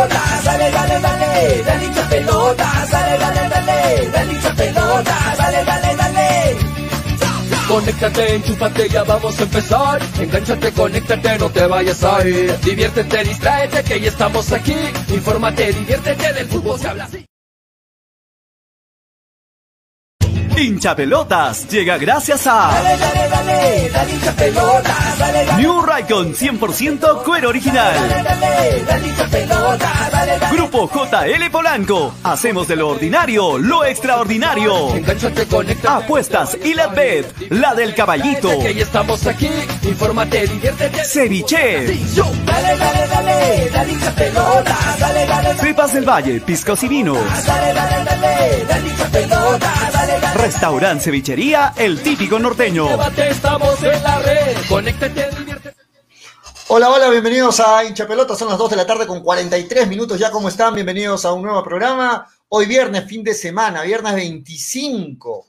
pelotas, dale, dale, dale, dale hincha pelotas, dale, dale, dale, dale hincha pelotas, dale, dale, dale. Conéctate, enchúfate, ya vamos a empezar. Engánchate, conéctate, no te vayas a ir. Diviértete, distráete, que ya estamos aquí. Infórmate, diviértete, del fútbol se habla así. Hincha Pelotas llega gracias a Dale, dale, dale, dale hincha pelotas, dale, dale. New Raycon 100% cuero original. Dale, dale, dale hincha pelotas, dale, dale. Grupo JL Polanco. Hacemos de lo ordinario lo extraordinario. Engánchate, conéctate. Apuestas y la bet, la del caballito. Que ya estamos aquí. Infórmate, diviértete. Ceviche. Dale, dale, dale, dale hincha pelotas, dale, dale, dale. Pepas del Valle, piscos y vinos. Dale, dale, dale, dale hincha pelotas, dale, dale. Restaurant Cevichería, el típico norteño. Estamos en la red. Conéctate, diviértete. Hola, hola, bienvenidos a Hincha Pelota, son las 2 de la tarde con 43 minutos ya, ¿cómo están? Bienvenidos a un nuevo programa, hoy viernes, fin de semana, viernes 25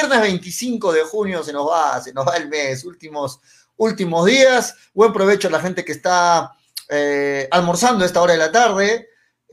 de junio, se nos va el mes, últimos días, buen provecho a la gente que está almorzando a esta hora de la tarde,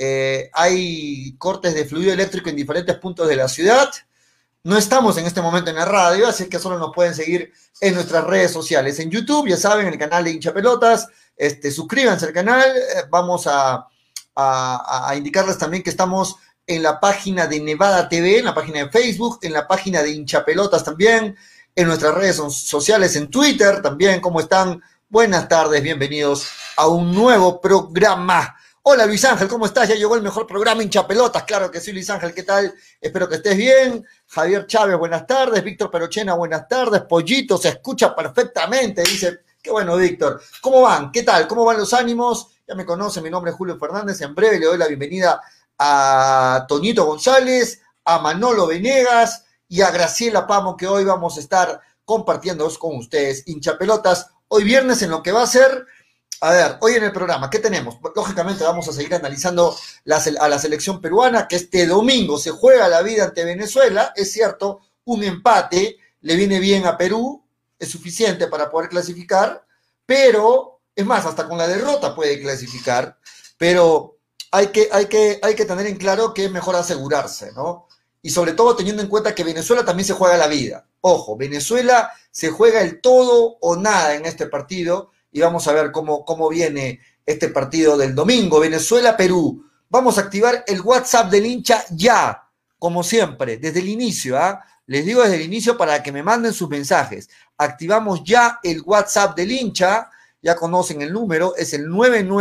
hay cortes de fluido eléctrico en diferentes puntos de la ciudad. No estamos en este momento en la radio, así que solo nos pueden seguir en nuestras redes sociales. En YouTube, ya saben, el canal de Hincha Pelotas. Suscríbanse al canal. Vamos a indicarles también que estamos en la página de Nevada TV, en la página de Facebook, en la página de Hincha Pelotas también, en nuestras redes sociales, en Twitter también. ¿Cómo están? Buenas tardes, bienvenidos a un nuevo programa. Hola Luis Ángel, ¿cómo estás? Ya llegó el mejor programa Hincha Pelotas. Claro que sí, Luis Ángel, ¿qué tal? Espero que estés bien. Javier Chávez, buenas tardes. Víctor Perochena, buenas tardes. Pollito, se escucha perfectamente, dice. Qué bueno, Víctor. ¿Cómo van? ¿Qué tal? ¿Cómo van los ánimos? Ya me conocen, mi nombre es Julio Fernández. En breve le doy la bienvenida a Toñito González, a Manolo Venegas y a Graciela Pamo, que hoy vamos a estar compartiendo con ustedes Hincha Pelotas. Hoy viernes en lo que va a ser... A ver, hoy en el programa, ¿qué tenemos? Lógicamente vamos a seguir analizando a la selección peruana, que este domingo se juega la vida ante Venezuela. Es cierto, un empate le viene bien a Perú, es suficiente para poder clasificar, pero, es más, hasta con la derrota puede clasificar, pero hay que tener en claro que es mejor asegurarse, ¿no? Y sobre todo teniendo en cuenta que Venezuela también se juega la vida. Ojo, Venezuela se juega el todo o nada en este partido, y vamos a ver cómo viene este partido del domingo, Venezuela-Perú. Vamos a activar el WhatsApp del hincha ya, como siempre, desde el inicio, ¿ah? Les digo desde el inicio para que me manden sus mensajes. Activamos ya el WhatsApp del hincha, ya conocen el número, es el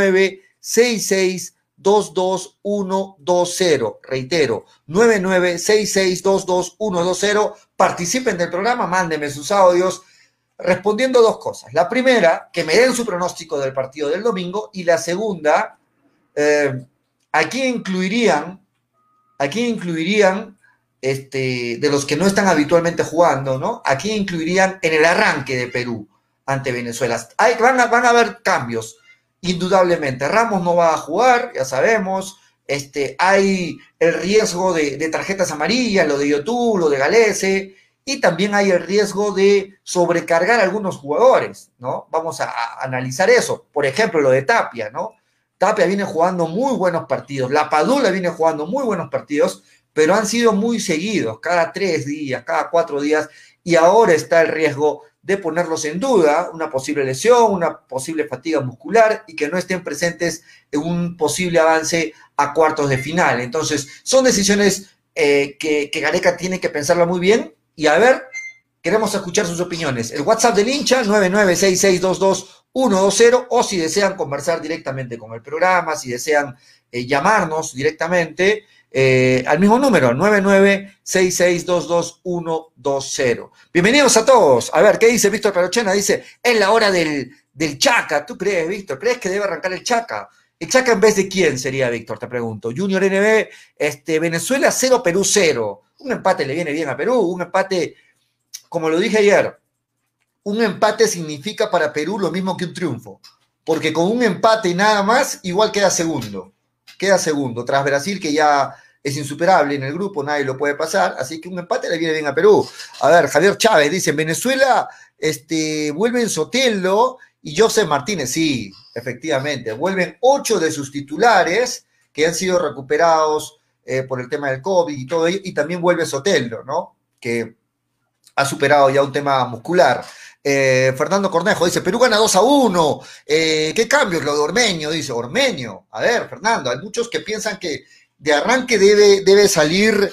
996622120. Reitero, 996622120. Participen del programa, mándenme sus audios, respondiendo dos cosas. La primera, que me den su pronóstico del partido del domingo, y la segunda, ¿a quién incluirían de los que no están habitualmente jugando, ¿no? ¿A quién incluirían en el arranque de Perú ante Venezuela? Van a haber cambios, indudablemente. Ramos no va a jugar, ya sabemos. Hay el riesgo de tarjetas amarillas, lo de YouTube, lo de Galese, y también hay el riesgo de sobrecargar a algunos jugadores, ¿no? Vamos a analizar eso. Por ejemplo, lo de Tapia, ¿no? Tapia viene jugando muy buenos partidos, La Padula viene jugando muy buenos partidos, pero han sido muy seguidos, cada 3 días, cada 4 días, y ahora está el riesgo de ponerlos en duda, una posible lesión, una posible fatiga muscular, y que no estén presentes en un posible avance a cuartos de final. Entonces, son decisiones que Gareca tiene que pensarla muy bien. Y a ver, queremos escuchar sus opiniones. El WhatsApp del hincha, 9966222120, o si desean conversar directamente con el programa, si desean llamarnos directamente, al mismo número, 9966222120. Bienvenidos a todos. A ver, ¿qué dice Víctor Perochena? Dice, es la hora del Chaca. ¿Tú crees, Víctor? ¿Crees que debe arrancar el Chaca? ¿El Chaca en vez de quién sería, Víctor? Te pregunto. Junior NB, Venezuela 0, Perú 0. Un empate le viene bien a Perú, un empate, como lo dije ayer, un empate significa para Perú lo mismo que un triunfo, porque con un empate y nada más, igual queda segundo, tras Brasil, que ya es insuperable en el grupo, nadie lo puede pasar, así que un empate le viene bien a Perú. A ver, Javier Chávez dice, Venezuela vuelven Sotelo y José Martínez, sí, efectivamente, vuelven 8 de sus titulares, que han sido recuperados por el tema del COVID y todo ello, y también vuelve Soteldo, ¿no? Que ha superado ya un tema muscular. Fernando Cornejo dice, Perú gana 2-1. ¿Qué cambios? Lo de Ormeño, dice. Ormeño. A ver, Fernando, hay muchos que piensan que de arranque debe salir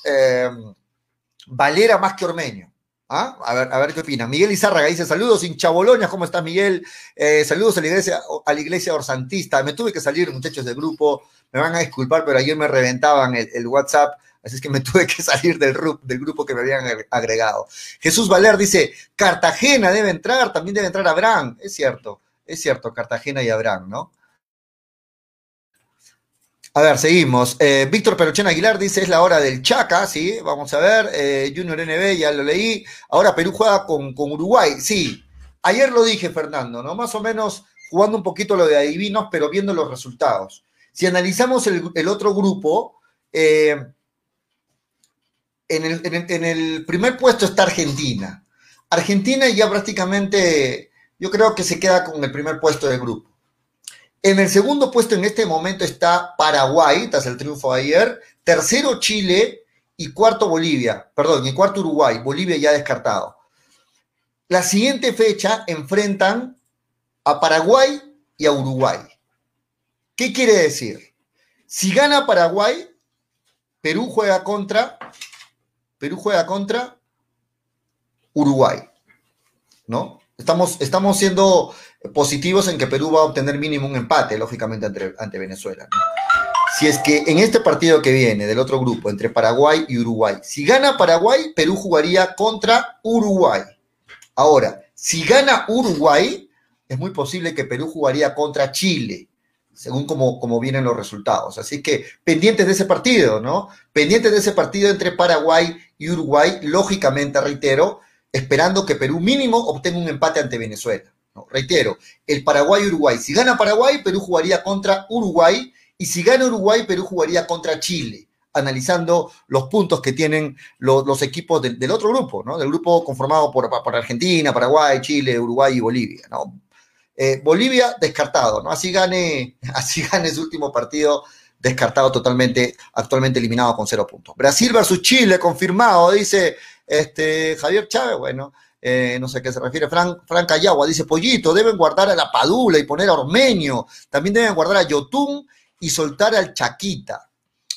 Valera más que Ormeño. ¿Ah? A ver qué opina. Miguel Izárraga dice, saludos, hincha Boloña, ¿cómo estás, Miguel? Saludos a la iglesia orsantista. Me tuve que salir, muchachos del grupo, me van a disculpar, pero ayer me reventaban el WhatsApp, así es que me tuve que salir del grupo que me habían agregado. Jesús Valer dice, Cartagena debe entrar, también debe entrar Abraham. Es cierto, Cartagena y Abraham, ¿no? A ver, seguimos. Víctor Perochena Aguilar dice, es la hora del Chaca, sí, vamos a ver. Junior NB, ya lo leí. Ahora Perú juega con Uruguay, sí. Ayer lo dije, Fernando, ¿no? Más o menos jugando un poquito lo de adivinos, pero viendo los resultados. Si analizamos el otro grupo, en el primer puesto está Argentina. Argentina ya prácticamente, yo creo que se queda con el primer puesto del grupo. En el segundo puesto en este momento está Paraguay, tras el triunfo de ayer. Tercero Chile y cuarto Bolivia. Perdón, y cuarto Uruguay. Bolivia ya descartado. La siguiente fecha enfrentan a Paraguay y a Uruguay. ¿Qué quiere decir? Si gana Paraguay, Perú juega contra Uruguay, ¿no? Estamos siendo positivos en que Perú va a obtener mínimo un empate, lógicamente, ante Venezuela, ¿no? Si es que en este partido que viene del otro grupo, entre Paraguay y Uruguay, si gana Paraguay, Perú jugaría contra Uruguay. Ahora, si gana Uruguay, es muy posible que Perú jugaría contra Chile, según como vienen los resultados. Así que pendientes de ese partido, ¿no? Pendientes de ese partido entre Paraguay y Uruguay, lógicamente, reitero, esperando que Perú mínimo obtenga un empate ante Venezuela. No, reitero, el Paraguay-Uruguay. Si gana Paraguay, Perú jugaría contra Uruguay, y si gana Uruguay, Perú jugaría contra Chile, analizando los puntos que tienen los equipos del otro grupo, ¿no? Del grupo conformado por Argentina, Paraguay, Chile, Uruguay y Bolivia, ¿no? Bolivia descartado, ¿no? Así gane su último partido, descartado totalmente, actualmente eliminado con 0 puntos. Brasil versus Chile, confirmado, dice Javier Chávez, bueno, no sé a qué se refiere. Fran Cayagua dice, Pollito, deben guardar a la Padula y poner a Ormeño, también deben guardar a Yotún y soltar al Chaquita.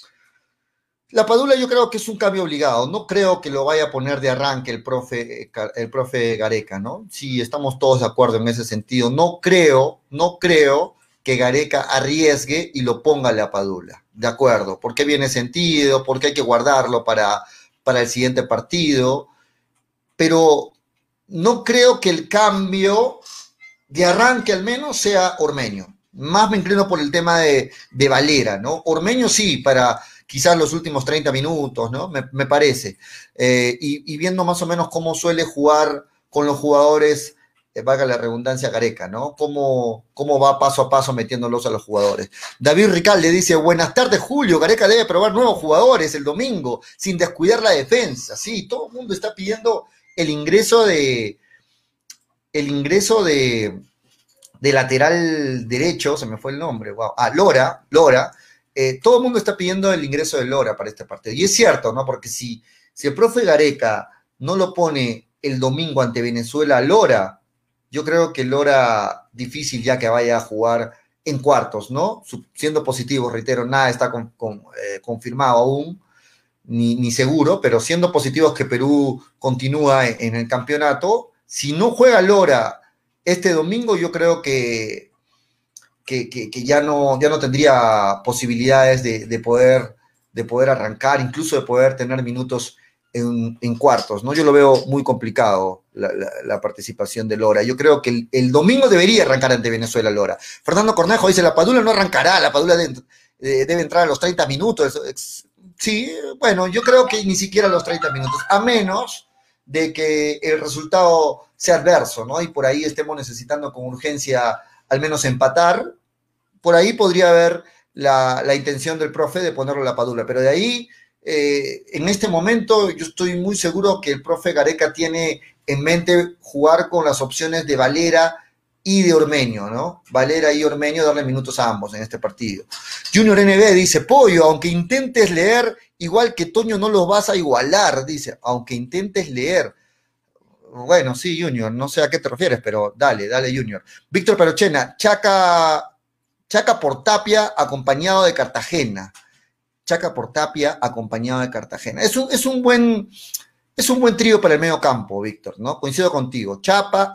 La Padula yo creo que es un cambio obligado, no creo que lo vaya a poner de arranque el profe Gareca, ¿no? Sí, estamos todos de acuerdo en ese sentido. No creo que Gareca arriesgue y lo ponga a la Padula, de acuerdo, porque viene sentido, porque hay que guardarlo para el siguiente partido, pero no creo que el cambio de arranque al menos sea Ormeño. Más me inclino por el tema de Valera, ¿no? Ormeño sí, para quizás los últimos 30 minutos, ¿no? Me parece. Y viendo más o menos cómo suele jugar con los jugadores, valga la redundancia, Gareca, ¿no? Cómo va paso a paso metiéndolos a los jugadores. David Ricalde dice, buenas tardes, Julio, Gareca debe probar nuevos jugadores el domingo, sin descuidar la defensa. Sí, todo el mundo está pidiendo el ingreso de lateral derecho, se me fue el nombre, wow. Lora. Todo el mundo está pidiendo el ingreso de Lora para este partido. Y es cierto, ¿no? Porque si el profe Gareca no lo pone el domingo ante Venezuela, Lora, yo creo que Lora difícil ya que vaya a jugar en cuartos, ¿no? Siendo positivo, reitero, nada está confirmado aún, ni seguro, pero siendo positivos que Perú continúa en el campeonato, si no juega Lora este domingo, yo creo que ya no tendría posibilidades de poder arrancar, incluso de poder tener minutos en cuartos, ¿no? Yo lo veo muy complicado la participación de Lora. Yo creo que el domingo debería arrancar ante Venezuela Lora. Fernando Cornejo dice, la Padula no arrancará, la Padula debe entrar a los 30 minutos. Sí, bueno, yo creo que ni siquiera a los 30 minutos, a menos de que el resultado sea adverso, ¿no? Y por ahí estemos necesitando con urgencia al menos empatar. Por ahí podría haber la intención del profe de ponerlo a la Padula, pero de ahí, en este momento, yo estoy muy seguro que el profe Gareca tiene en mente jugar con las opciones de Valera y de Ormeño, ¿no? Valera y Ormeño, darle minutos a ambos en este partido. Junior NB dice, Pollo, aunque intentes leer, igual que Toño no los vas a igualar, dice, aunque intentes leer. Bueno, sí, Junior, no sé a qué te refieres, pero dale, Junior. Víctor Perochena, Chaca por Tapia acompañado de Cartagena. Chaca por Tapia acompañado de Cartagena. Es un buen trío para el medio campo, Víctor, ¿no? Coincido contigo. Chaca,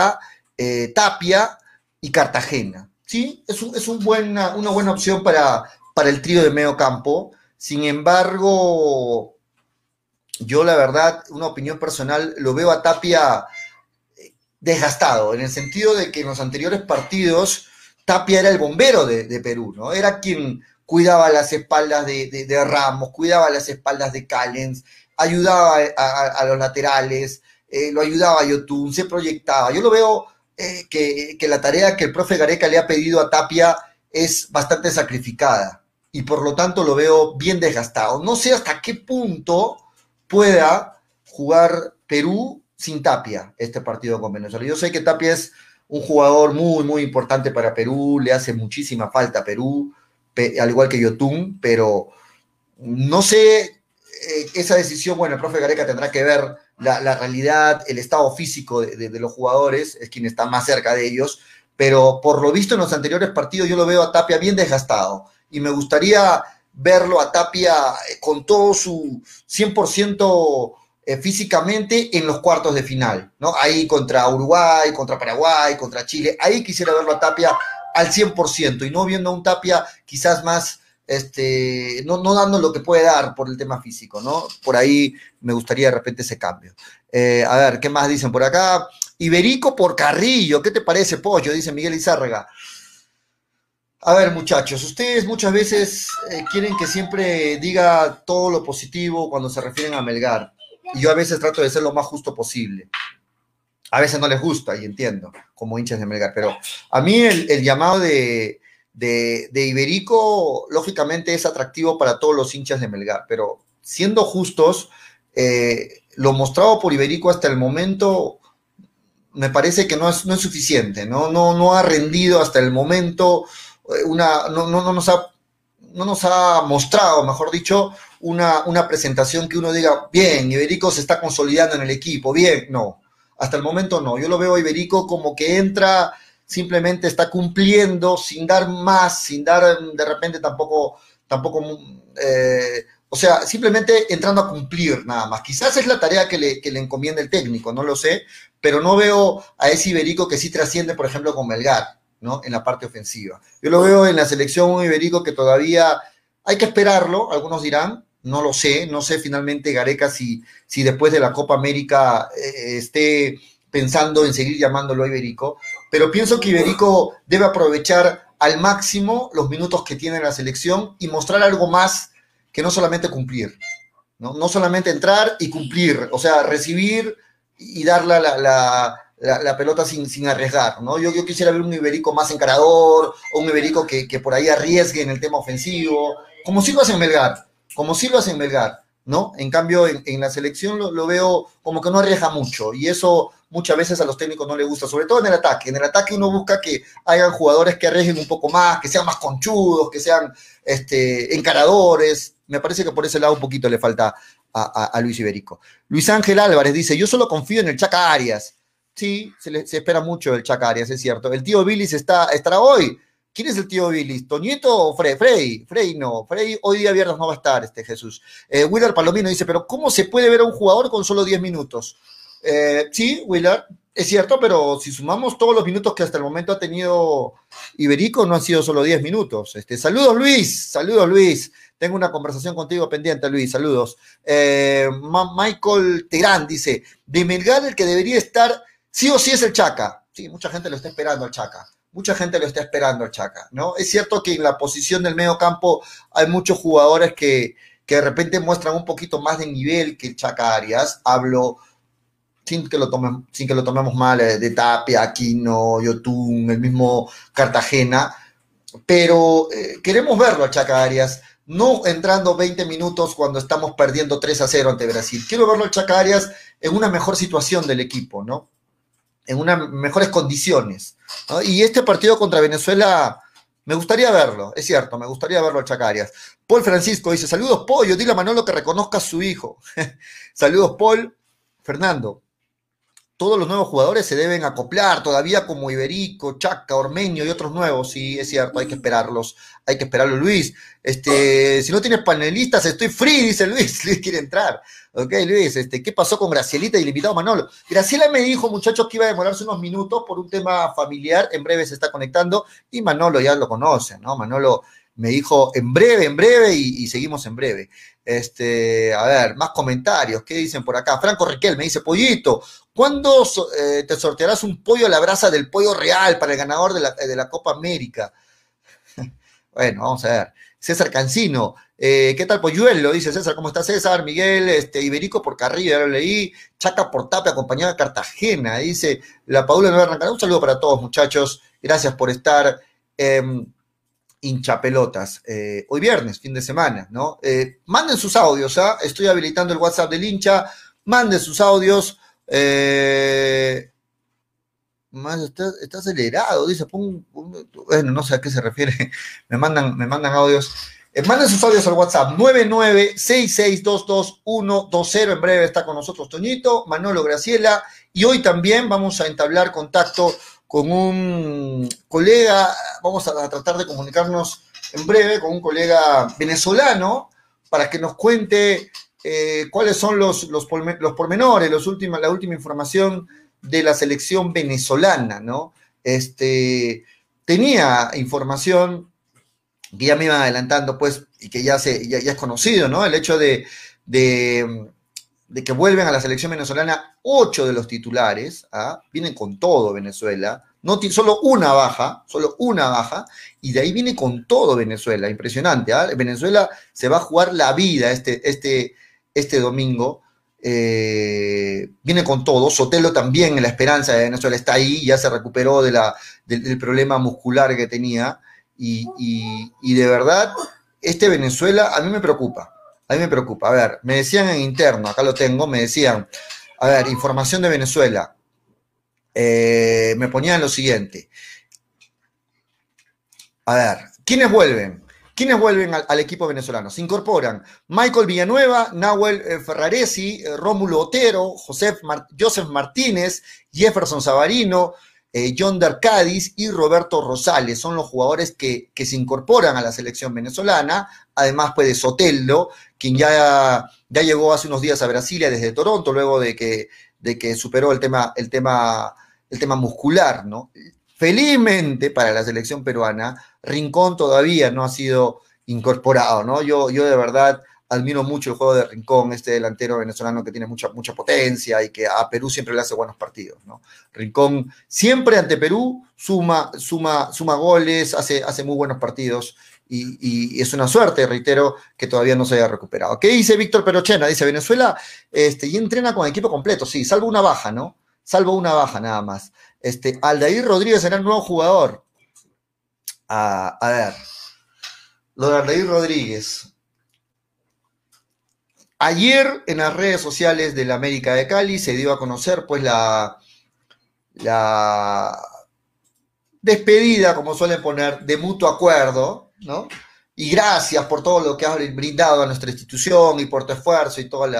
Tapia y Cartagena. ¿Sí? Es una buena opción para el trío de medio campo. Sin embargo, yo la verdad, una opinión personal, lo veo a Tapia desgastado, en el sentido de que en los anteriores partidos Tapia era el bombero de Perú, ¿no? Era quien cuidaba las espaldas de Ramos, cuidaba las espaldas de Callens, ayudaba a los laterales, lo ayudaba a Yotun, se proyectaba. Yo lo veo que la tarea que el profe Gareca le ha pedido a Tapia es bastante sacrificada y por lo tanto lo veo bien desgastado. No sé hasta qué punto pueda jugar Perú sin Tapia este partido con Venezuela. Yo sé que Tapia es un jugador muy, muy importante para Perú, le hace muchísima falta a Perú, al igual que Yotun, pero no sé esa decisión, bueno, el profe Gareca tendrá que ver la realidad, el estado físico de los jugadores, es quien está más cerca de ellos, pero por lo visto en los anteriores partidos yo lo veo a Tapia bien desgastado y me gustaría verlo a Tapia con todo su 100% físicamente en los cuartos de final, ¿no? Ahí contra Uruguay, contra Paraguay, contra Chile, ahí quisiera verlo a Tapia al 100% y no viendo a un Tapia quizás más, no dando lo que puede dar por el tema físico, ¿no? Por ahí me gustaría de repente ese cambio. A ver, ¿qué más dicen por acá? Iberico por Carrillo, ¿qué te parece, Pollo? Dice Miguel Izárraga. A ver, muchachos, ustedes muchas veces quieren que siempre diga todo lo positivo cuando se refieren a Melgar. Y yo a veces trato de ser lo más justo posible. A veces no les gusta, y entiendo, como hinchas de Melgar. Pero a mí el llamado de Iberico, lógicamente, es atractivo para todos los hinchas de Melgar. Pero siendo justos, lo mostrado por Iberico hasta el momento me parece que no es suficiente. No ha rendido hasta el momento. No nos ha mostrado, mejor dicho, una presentación que uno diga, bien, Iberico se está consolidando en el equipo, bien, no, hasta el momento no. Yo lo veo a Iberico como que entra, simplemente está cumpliendo, sin dar más, sin dar de repente tampoco o sea, simplemente entrando a cumplir nada más. Quizás es la tarea que le encomienda el técnico, no lo sé, pero no veo a ese Iberico que sí trasciende, por ejemplo, con Melgar, ¿no? En la parte ofensiva. Yo lo veo en la selección un Iberico que todavía hay que esperarlo, algunos dirán, no lo sé, no sé finalmente Gareca si después de la Copa América esté pensando en seguir llamándolo a Iberico, pero pienso que Iberico debe aprovechar al máximo los minutos que tiene en la selección y mostrar algo más que no solamente cumplir, no solamente entrar y cumplir, o sea, recibir y dar la pelota sin arriesgar, ¿no? Yo quisiera ver un Iberico más encarador, o un Iberico que por ahí arriesgue en el tema ofensivo, como si lo hacen Melgar, ¿no? En cambio, en la selección lo veo como que no arriesga mucho, y eso muchas veces a los técnicos no les gusta, sobre todo en el ataque. En el ataque uno busca que hayan jugadores que arriesguen un poco más, que sean más conchudos, que sean encaradores. Me parece que por ese lado un poquito le falta a Luis Iberico. Luis Ángel Álvarez dice, yo solo confío en el Chaca Arias. Sí, se espera mucho del Chaca Arias, es cierto. El tío Billis estará hoy. ¿Quién es el tío Billis? ¿Toñito o Frey? Frey no. Frey hoy día viernes no va a estar, Jesús. Willard Palomino dice, pero ¿cómo se puede ver a un jugador con solo 10 minutos? Sí, Willard, es cierto, pero si sumamos todos los minutos que hasta el momento ha tenido Iberico, no han sido solo 10 minutos. Saludos, Luis. Tengo una conversación contigo pendiente, Luis, saludos. Michael Terán dice, de Melgar el que debería estar sí o sí es el Chaca. Sí, mucha gente lo está esperando al Chaca. ¿No? Es cierto que en la posición del medio campo hay muchos jugadores que de repente muestran un poquito más de nivel que el Chaca Arias. Hablo, sin que lo tomemos mal, de Tapia, Aquino, Yotun, el mismo Cartagena, pero queremos verlo al Chaca Arias, no entrando 20 minutos cuando estamos perdiendo 3-0 ante Brasil. Quiero verlo al Chaca Arias en una mejor situación del equipo, ¿no? en unas mejores condiciones, ¿no? Y este partido contra Venezuela, me gustaría verlo, es cierto, me gustaría verlo al Chacarias. Paul Francisco dice, saludos Pollo, dile a Manolo que reconozca a su hijo. Saludos Paul. Fernando, todos los nuevos jugadores se deben acoplar, todavía como Iberico, Chaca, Ormeño y otros nuevos, sí, es cierto, hay que esperarlos, Luis. Si no tienes panelistas, estoy free, dice Luis, Luis quiere entrar. Ok, Luis, ¿qué pasó con Gracielita y el invitado Manolo? Graciela me dijo, muchachos, que iba a demorarse unos minutos por un tema familiar, en breve se está conectando, y Manolo ya lo conoce, ¿no? Manolo me dijo en breve, y seguimos en breve. A ver, más comentarios, ¿qué dicen por acá? Franco Riquel me dice, Pollito, ¿cuándo te sortearás un pollo a la brasa del Pollo Real para el ganador de la Copa América? Bueno, vamos a ver. César Cancino, ¿qué tal Polluelo? Dice César, ¿cómo está César? Miguel, Iberico por Carrillo, ya lo leí. Chaca por Tapia, acompañado de Cartagena. Dice la Paula Nueva Arrancar. Un saludo para todos, muchachos. Gracias por estar hinchapelotas. Hoy viernes, fin de semana, ¿no? Manden sus audios, ¿ah? Estoy habilitando el WhatsApp del hincha. Manden sus audios. Más está acelerado, dice, bueno, no sé a qué se refiere, me mandan audios. Manden sus audios al WhatsApp 996622120. En breve está con nosotros Toñito, Manolo, Graciela, y hoy también vamos a entablar contacto con un colega, vamos a tratar de comunicarnos en breve con un colega venezolano para que nos cuente cuáles son los pormenores, la última información de la selección venezolana, ¿no? Tenía información que ya me iban adelantando, pues, y que ya es conocido, ¿no? El hecho de que vuelven a la selección venezolana 8 de los titulares, ¿ah? Vienen con todo Venezuela, solo una baja, y de ahí viene con todo Venezuela, impresionante, ¿ah? Venezuela se va a jugar la vida este domingo. Viene con todo. Sotelo también, en la esperanza de Venezuela, está ahí, ya se recuperó del problema muscular que tenía, y de verdad Venezuela a mí me preocupa. A ver, me decían en interno, acá lo tengo, me decían, a ver, información de Venezuela, me ponían lo siguiente, a ver, ¿quiénes vuelven al equipo venezolano? Se incorporan Michael Villanueva, Nahuel Ferraresi, Rómulo Otero, Joseph Martínez, Jefferson Savarino, Yonder Cádiz y Roberto Rosales. Son los jugadores que se incorporan a la selección venezolana. Además, pues, de Sotelo, quien ya llegó hace unos días a Brasilia desde Toronto, luego de que superó el tema muscular, ¿no? Felizmente para la selección peruana, Rincón todavía no ha sido incorporado, ¿no? Yo de verdad admiro mucho el juego de Rincón, delantero venezolano que tiene mucha potencia y que a Perú siempre le hace buenos partidos, ¿no? Rincón siempre ante Perú suma goles, hace muy buenos partidos, y es una suerte, reitero, que todavía no se haya recuperado. ¿Qué dice Víctor Perochena? Dice, Venezuela y entrena con equipo completo, sí, salvo una baja, ¿no? Salvo una baja nada más. Aldair Rodríguez será el nuevo jugador. A ver, lo de Aldair Rodríguez. Ayer en las redes sociales de la América de Cali se dio a conocer, pues, la despedida, como suelen poner, de mutuo acuerdo, ¿no? Y gracias por todo lo que has brindado a nuestra institución y por tu esfuerzo y todo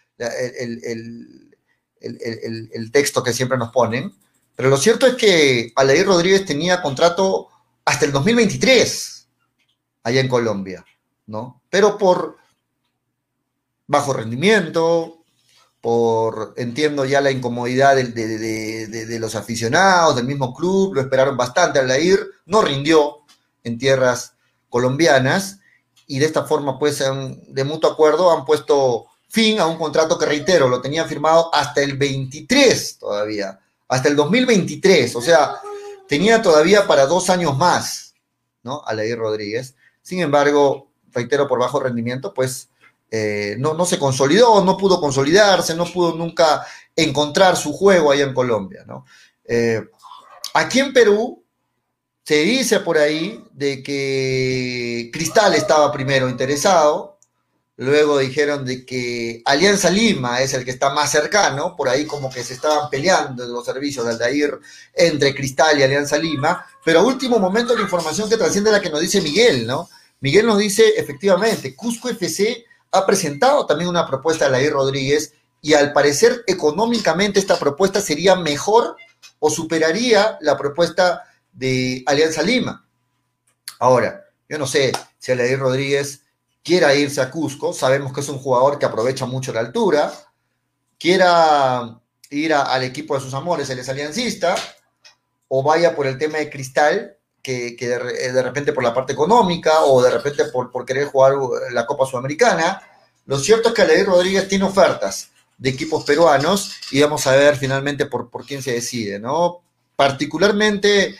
el texto que siempre nos ponen. Pero lo cierto es que Aldair Rodríguez tenía contrato hasta el 2023 allá en Colombia, ¿no? Pero por bajo rendimiento, entiendo ya la incomodidad de los aficionados, del mismo club, lo esperaron bastante. Aldair no rindió en tierras colombianas, y de esta forma, pues, de mutuo acuerdo han puesto fin a un contrato que, reitero, lo tenían firmado hasta el 23 todavía, hasta el 2023, o sea, tenía todavía para 2 años más, ¿no? Aldair Rodríguez. Sin embargo, reitero, por bajo rendimiento, pues no se consolidó, no pudo consolidarse, no pudo nunca encontrar su juego allá en Colombia, ¿no? Aquí en Perú se dice por ahí de que Cristal estaba primero interesado, luego dijeron de que Alianza Lima es el que está más cercano, por ahí como que se estaban peleando los servicios de Aldair entre Cristal y Alianza Lima, pero a último momento la información que trasciende es la que nos dice Miguel, ¿no? Miguel nos dice, efectivamente, Cusco FC ha presentado también una propuesta de Aldair Rodríguez y al parecer económicamente esta propuesta sería mejor o superaría la propuesta de Alianza Lima. Ahora, yo no sé si Aldair Rodríguez quiera irse a Cusco, sabemos que es un jugador que aprovecha mucho la altura, quiera ir al equipo de sus amores, él es aliancista, o vaya por el tema de Cristal, que de repente por la parte económica, o de repente por querer jugar la Copa Sudamericana. Lo cierto es que Aldair Rodríguez tiene ofertas de equipos peruanos, y vamos a ver finalmente por quién se decide, ¿no? Particularmente,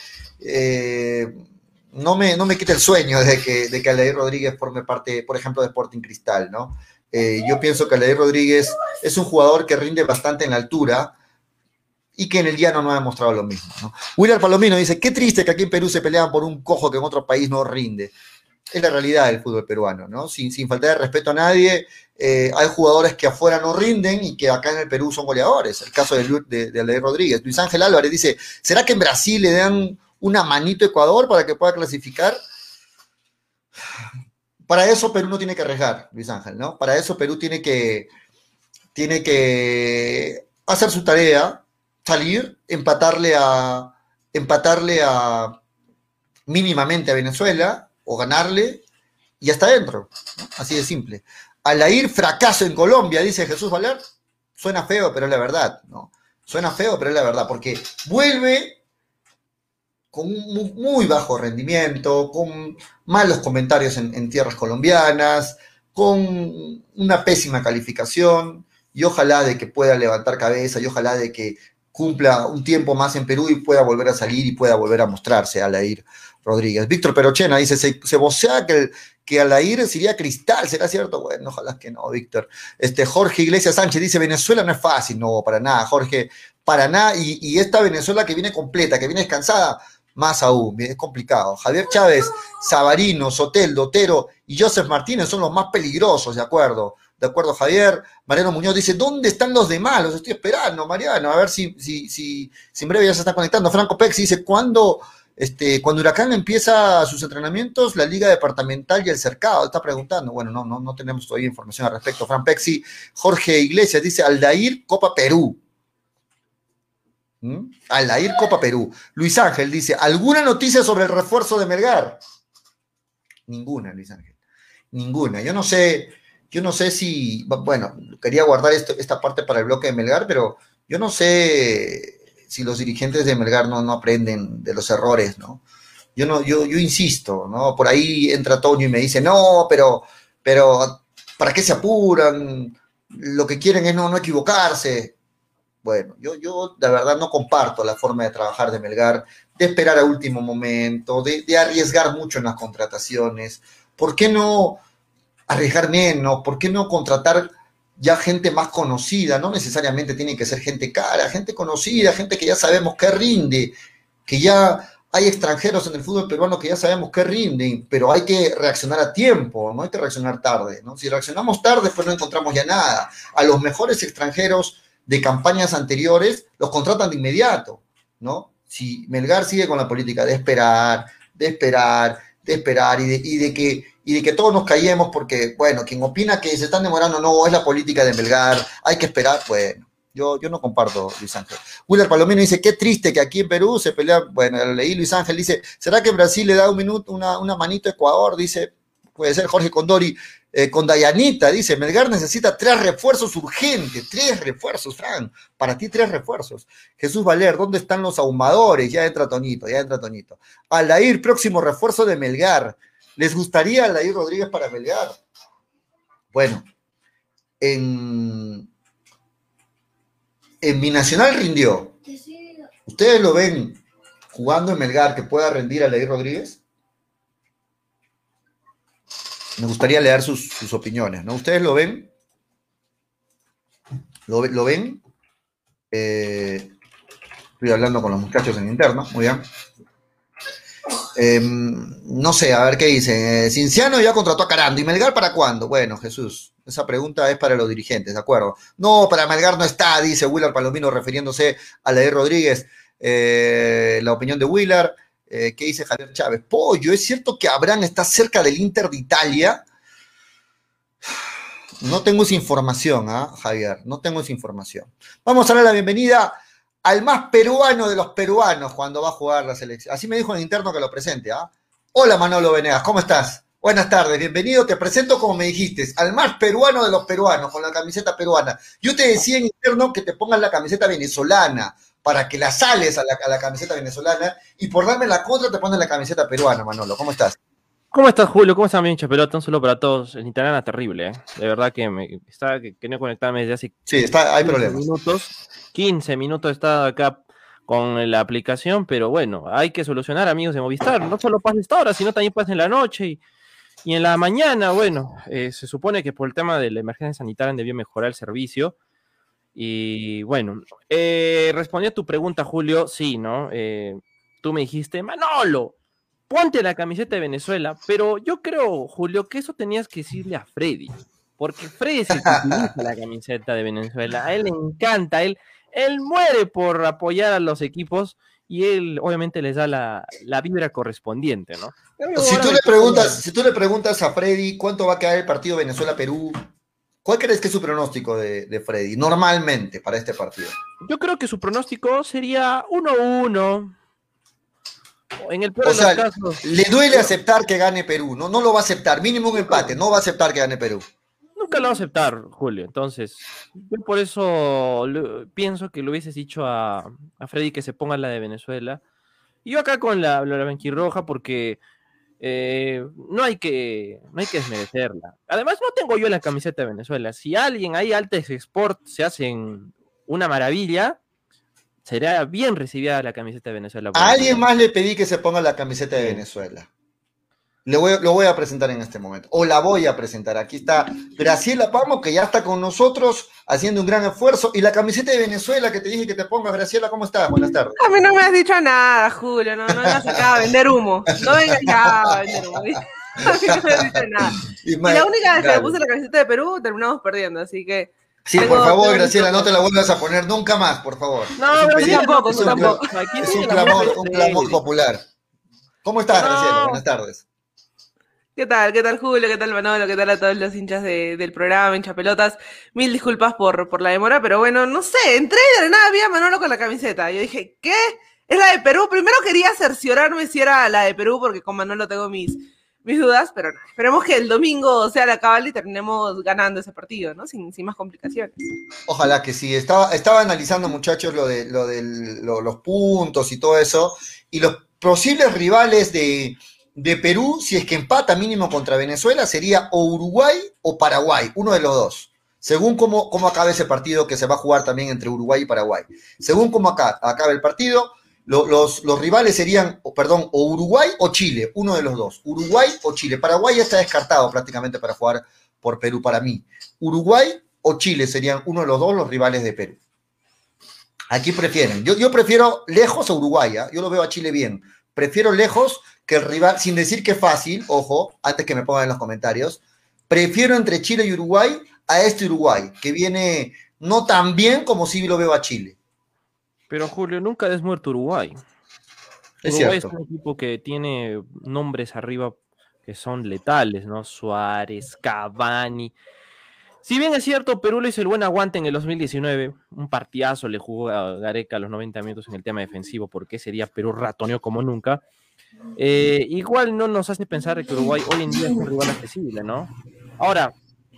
no me quita el sueño de que Aldair Rodríguez forme parte, por ejemplo, de Sporting Cristal, ¿no? Yo pienso que Aldair Rodríguez es un jugador que rinde bastante en la altura y que en el llano no ha demostrado lo mismo, ¿no? Willard Palomino dice, qué triste que aquí en Perú se pelean por un cojo que en otro país no rinde. Es la realidad del fútbol peruano, ¿no? Sin faltar de respeto a nadie, hay jugadores que afuera no rinden y que acá en el Perú son goleadores. El caso de Aldair Rodríguez. Luis Ángel Álvarez dice, ¿será que en Brasil le dan una manito a Ecuador para que pueda clasificar? Para eso Perú no tiene que arriesgar, Luis Ángel, ¿no? Para eso Perú tiene que hacer su tarea, salir, empatarle a mínimamente a Venezuela o ganarle y hasta adentro, ¿no? Así de simple. Aldair fracaso en Colombia, dice Jesús Valer. Suena feo, pero es la verdad, ¿no? Suena feo, pero es la verdad, porque vuelve con un muy bajo rendimiento, con malos comentarios en tierras colombianas, con una pésima calificación, y ojalá de que pueda levantar cabeza, y ojalá de que cumpla un tiempo más en Perú y pueda volver a salir y pueda volver a mostrarse Aldair Rodríguez. Víctor Perochena dice, se vocea que Aldair sería Cristal, ¿será cierto? Bueno, ojalá que no, Víctor. Jorge Iglesias Sánchez dice, Venezuela no es fácil. No, para nada, Jorge, para nada, y esta Venezuela que viene completa, que viene descansada, más aún, es complicado. Javier Chávez, Sabarino, Soteldo, Otero y Joseph Martínez son los más peligrosos, ¿de acuerdo? De acuerdo, Javier. Mariano Muñoz dice, ¿dónde están los demás? Los estoy esperando, Mariano, a ver si en breve ya se está conectando. Franco Pex dice, cuando Huracán empieza sus entrenamientos, la Liga Departamental y el Cercado, está preguntando. Bueno, no tenemos todavía información al respecto. Fran Pexi. Jorge Iglesias dice, Aldair, Copa Perú. Aldair, Copa Perú. Luis Ángel dice, ¿alguna noticia sobre el refuerzo de Melgar? Ninguna, Luis Ángel. Ninguna. Yo no sé si, bueno, quería guardar esta parte para el bloque de Melgar, pero yo no sé si los dirigentes de Melgar no aprenden de los errores, ¿no? Yo insisto, ¿no? Por ahí entra Toño y me dice, no, pero ¿para qué se apuran? Lo que quieren es no equivocarse. Bueno, yo de verdad no comparto la forma de trabajar de Melgar, de esperar a último momento, de arriesgar mucho en las contrataciones. ¿Por qué no arriesgar menos? ¿Por qué no contratar ya gente más conocida? No necesariamente tiene que ser gente cara, gente conocida, gente que ya sabemos que rinde, que ya hay extranjeros en el fútbol peruano que ya sabemos que rinden, pero hay que reaccionar a tiempo, no hay que reaccionar tarde, ¿no? Si reaccionamos tarde, pues no encontramos ya nada. A los mejores extranjeros de campañas anteriores los contratan de inmediato, ¿no? Si Melgar sigue con la política de esperar y de que todos nos callemos porque, bueno, quien opina que se están demorando, no, es la política de Melgar, hay que esperar, bueno, yo no comparto, Luis Ángel. Willard Palomino dice, qué triste que aquí en Perú se pelea, bueno, leí Luis Ángel, dice, ¿será que en Brasil le da una manito a Ecuador? Dice, puede ser Jorge Condori. Con Dayanita, dice, Melgar necesita 3 refuerzos urgentes, 3 refuerzos, Fran, para ti 3 refuerzos. Jesús Valer, ¿dónde están los ahumadores? Ya entra Toñito. Aldair, próximo refuerzo de Melgar. ¿Les gustaría Aldair Rodríguez para Melgar? Bueno, en Binacional rindió. ¿Ustedes lo ven jugando en Melgar que pueda rendir Aldair Rodríguez? Me gustaría leer sus opiniones, ¿no? ¿Ustedes lo ven? ¿Lo ven? Estoy hablando con los muchachos en interno, muy bien. No sé, a ver qué dicen. Cinciano ya contrató a Carando. ¿Y Melgar para cuándo? Bueno, Jesús, Esa pregunta es para los dirigentes, ¿de acuerdo? No, para Melgar no está, dice Willard Palomino, refiriéndose a la de Rodríguez. La opinión de Willard. ¿Qué dice Javier Chávez? Pollo, ¿es cierto que Abraham está cerca del Inter de Italia? No tengo esa información, Javier, no tengo esa información. Vamos a darle la bienvenida al más peruano de los peruanos cuando va a jugar la selección. Así me dijo en interno que lo presente. Hola Manolo Venegas, ¿cómo estás? Buenas tardes, bienvenido. Te presento como me dijiste, al más peruano de los peruanos, con la camiseta peruana. Yo te decía en interno que te pongas la camiseta venezolana, para que la sales a la camiseta venezolana, y por darme la contra te pones la camiseta peruana, Manolo. ¿Cómo estás? ¿Cómo estás, Julio? ¿Cómo estás, mi hincha pelota? Un saludo para todos. El internet era terrible, ¿eh? De verdad que quería conectarme desde hace hay problemas. 15 minutos he estado acá con la aplicación, pero bueno, hay que solucionar, amigos de Movistar. No solo pasa esta hora, sino también pasa en la noche y en la mañana. Bueno, se supone que por el tema de la emergencia sanitaria debió mejorar el servicio. Y bueno, respondí a tu pregunta, Julio, sí, ¿no? Tú me dijiste, Manolo, ponte la camiseta de Venezuela, pero yo creo, Julio, que eso tenías que decirle a Freddy, porque Freddy es el que utiliza la camiseta de Venezuela, a él le encanta, él muere por apoyar a los equipos y él obviamente les da la vibra correspondiente, ¿no? Si tú le preguntas a Freddy cuánto va a quedar el partido Venezuela-Perú, ¿cuál crees que es su pronóstico de Freddy, normalmente, para este partido? Yo creo que su pronóstico sería 1-1. En el peor de los casos. Le duele aceptar que gane Perú, no lo va a aceptar, mínimo un empate, no va a aceptar que gane Perú. Nunca lo va a aceptar, Julio. Entonces, yo por eso pienso que le hubieses dicho a Freddy que se ponga la de Venezuela. Y yo acá con la blanquirroja porque no hay que desmerecerla. Además, no tengo yo la camiseta de Venezuela. Si alguien ahí, Altex Sport, se hacen una maravilla, será bien recibida la camiseta de Venezuela. A alguien más le pedí que se ponga la camiseta de Venezuela. Lo voy a presentar en este momento. O la voy a presentar. Aquí está Graciela Pamo, que ya está con nosotros haciendo un gran esfuerzo. Y la camiseta de Venezuela que te dije que te pongas. Graciela, ¿cómo estás? Buenas tardes. A mí no me has dicho nada, Julio. No me has sacado a vender humo. No vengas ya a vender humo. A mí no me has dicho nada. Y la única vez que me puse la camiseta de Perú, terminamos perdiendo. Así que... Sí, por favor, Graciela, no te la vuelvas a poner nunca más, por favor. No, tampoco. Es un clamor popular. ¿Cómo estás, Graciela? Buenas tardes. ¿Qué tal, Julio? ¿Qué tal, Manolo? ¿Qué tal a todos los hinchas del programa, hincha pelotas? Mil disculpas por la demora, pero bueno, no sé, entré y de nada vi a Manolo con la camiseta. Yo dije, ¿qué? ¿Es la de Perú? Primero quería cerciorarme si era la de Perú, porque con Manolo tengo mis dudas, pero no. Esperemos que el domingo sea la cabal y terminemos ganando ese partido, ¿no? Sin más complicaciones. Ojalá que sí. Estaba analizando, muchachos, los puntos y todo eso, y los posibles rivales de Perú, si es que empata mínimo contra Venezuela, sería o Uruguay o Paraguay, uno de los dos, según cómo acabe ese partido que se va a jugar también entre Uruguay y Paraguay. Según cómo acabe el partido, los rivales serían, o Uruguay o Chile, uno de los dos, Uruguay o Chile. Paraguay ya está descartado prácticamente para jugar por Perú para mí. Uruguay o Chile serían uno de los dos los rivales de Perú. Aquí prefieren, yo prefiero lejos a Uruguay, yo lo veo a Chile bien. Prefiero lejos que el rival, sin decir que fácil, ojo, antes que me pongan en los comentarios, prefiero entre Chile y Uruguay a este Uruguay, que viene no tan bien como si lo veo a Chile. Pero Julio, nunca has muerto Uruguay. Uruguay es un equipo que tiene nombres arriba que son letales, ¿no? Suárez, Cavani. Si bien es cierto, Perú le hizo el buen aguante en el 2019, un partidazo le jugó a Gareca a los 90 minutos en el tema defensivo, porque ese día Perú ratoneó como nunca. Igual no nos hace pensar que Uruguay hoy en día es un rival accesible, ¿no? Ahora...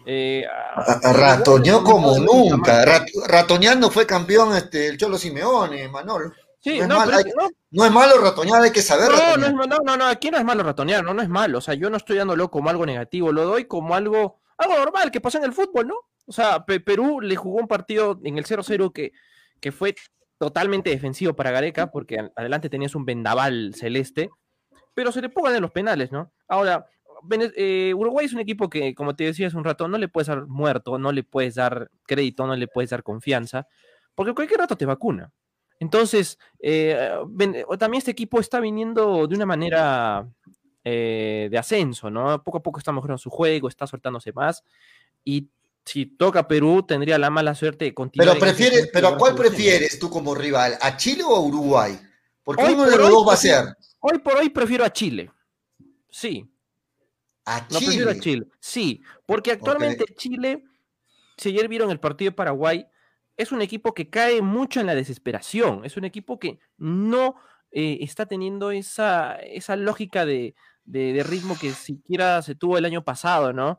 ratoneó como nunca. Ratoneando fue campeón el Cholo Simeone, Manolo. Sí, no es malo ratonear, hay que saber ratonear. No, aquí no es malo ratonear, no es malo. O sea, yo no estoy dándolo como algo negativo, lo doy como algo normal que pasa en el fútbol, ¿no? O sea, Perú le jugó un partido en el 0-0 que fue totalmente defensivo para Gareca, porque adelante tenías un vendaval celeste, pero se le pongan en los penales, ¿no? Ahora, Uruguay es un equipo que, como te decía hace un rato, no le puedes dar muerto, no le puedes dar crédito, no le puedes dar confianza, porque cualquier rato te vacuna. Entonces, también este equipo está viniendo de una manera de ascenso, ¿no? Poco a poco está mejorando su juego, está soltándose más, y si toca Perú, tendría la mala suerte de continuar. Pero ¿a cuál prefieres tú como rival? ¿A Chile o a Uruguay? Porque Hoy uno de los dos va a ser. Hoy por hoy prefiero a Chile. Sí. ¿A No, Chile? prefiero a Chile. Sí, porque actualmente Chile, si ayer vieron el partido de Paraguay, es un equipo que cae mucho en la desesperación. Es un equipo que no está teniendo esa lógica de ritmo que siquiera se tuvo el año pasado, ¿no?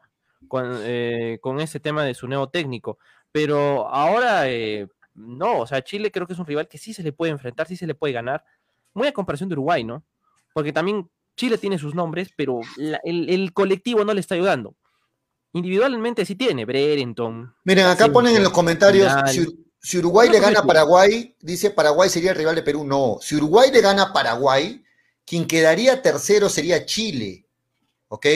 Con ese tema de su nuevo técnico. Pero ahora, no, o sea, Chile creo que es un rival que sí se le puede enfrentar, sí se le puede ganar. Muy a comparación de Uruguay, ¿no? Porque también Chile tiene sus nombres, pero el colectivo no le está ayudando. Individualmente sí tiene, Brereton. Miren, acá ponen en los comentarios, si Uruguay le gana a Paraguay, dice Paraguay sería el rival de Perú. No, si Uruguay le gana a Paraguay, quien quedaría tercero sería Chile, ¿ok?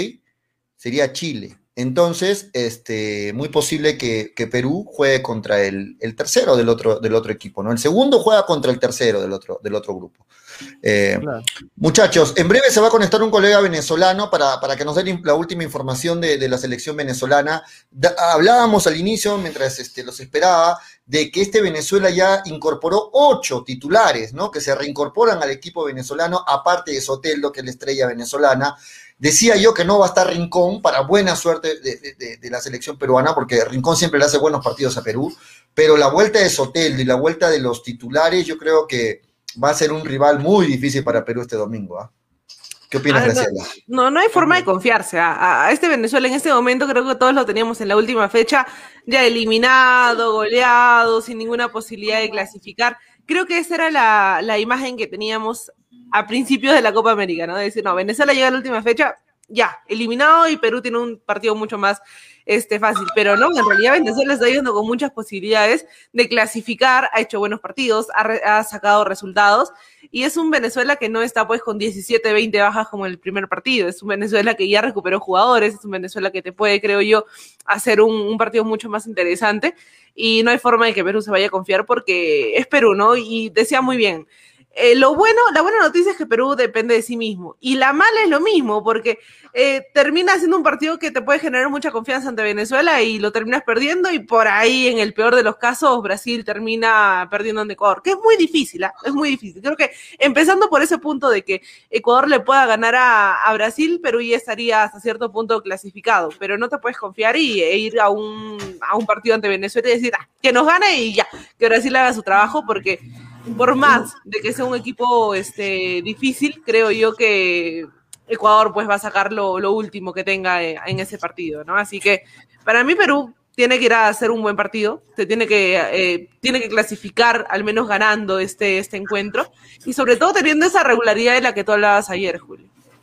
Sería Chile. Entonces, muy posible que Perú juegue contra el tercero del otro equipo, ¿no? El segundo juega contra el tercero del otro grupo. Claro. Muchachos, en breve se va a conectar un colega venezolano para que nos dé la última información de la selección venezolana. Hablábamos al inicio, mientras los esperaba, de que Venezuela ya incorporó 8 titulares, ¿no? Que se reincorporan al equipo venezolano, aparte de Soteldo, que es la estrella venezolana. Decía yo que no va a estar Rincón, para buena suerte de la selección peruana, porque Rincón siempre le hace buenos partidos a Perú, pero la vuelta de Soteldo y la vuelta de los titulares, yo creo que va a ser un rival muy difícil para Perú este domingo, ¿eh? ¿Qué opinas, Graciela? No hay forma de confiarse. A Venezuela en este momento creo que todos lo teníamos en la última fecha, ya eliminado, goleado, sin ninguna posibilidad de clasificar. Creo que esa era la imagen que teníamos a principios de la Copa América, ¿no? De decir, no, Venezuela llega a la última fecha, ya, eliminado, y Perú tiene un partido mucho más fácil, pero no, en realidad Venezuela está yendo con muchas posibilidades de clasificar, ha hecho buenos partidos, ha sacado resultados, y es un Venezuela que no está pues con 17, 20 bajas como en el primer partido, es un Venezuela que ya recuperó jugadores, es un Venezuela que te puede, creo yo, hacer un partido mucho más interesante, y no hay forma de que Perú se vaya a confiar porque es Perú, ¿no? Y decía muy bien, la buena noticia es que Perú depende de sí mismo, y la mala es lo mismo, porque termina siendo un partido que te puede generar mucha confianza ante Venezuela y lo terminas perdiendo, y por ahí, en el peor de los casos, Brasil termina perdiendo ante Ecuador, que es muy difícil, ¿eh? Es muy difícil. Creo que empezando por ese punto de que Ecuador le pueda ganar a Brasil, Perú ya estaría hasta cierto punto clasificado, pero no te puedes confiar e ir a un partido ante Venezuela y decir, que nos gane y ya, que Brasil haga su trabajo, porque por más de que sea un equipo difícil, creo yo que Ecuador pues va a sacar lo último que tenga en ese partido, ¿no? Así que para mí Perú tiene que ir a hacer un buen partido, tiene que clasificar al menos ganando este encuentro, y sobre todo teniendo esa regularidad de la que tú hablabas ayer, Julio.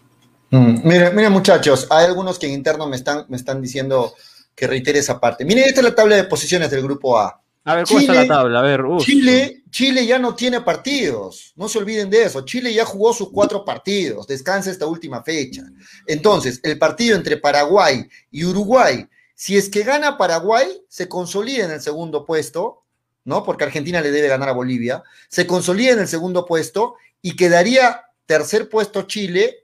Miren, muchachos, hay algunos que en interno me están diciendo que reitere esa parte. Miren, esta es la tabla de posiciones del grupo A. A ver, ¿cómo está la tabla? A ver, Chile ya no tiene partidos, no se olviden de eso. Chile ya jugó sus 4 partidos, descansa esta última fecha. Entonces, el partido entre Paraguay y Uruguay, si es que gana Paraguay, se consolida en el segundo puesto, ¿no? Porque Argentina le debe ganar a Bolivia, se consolida en el segundo puesto y quedaría tercer puesto Chile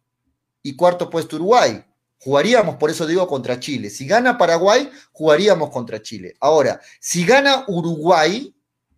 y cuarto puesto Uruguay. Jugaríamos, por eso digo, contra Chile. Si gana Paraguay, jugaríamos contra Chile. Ahora, si gana Uruguay,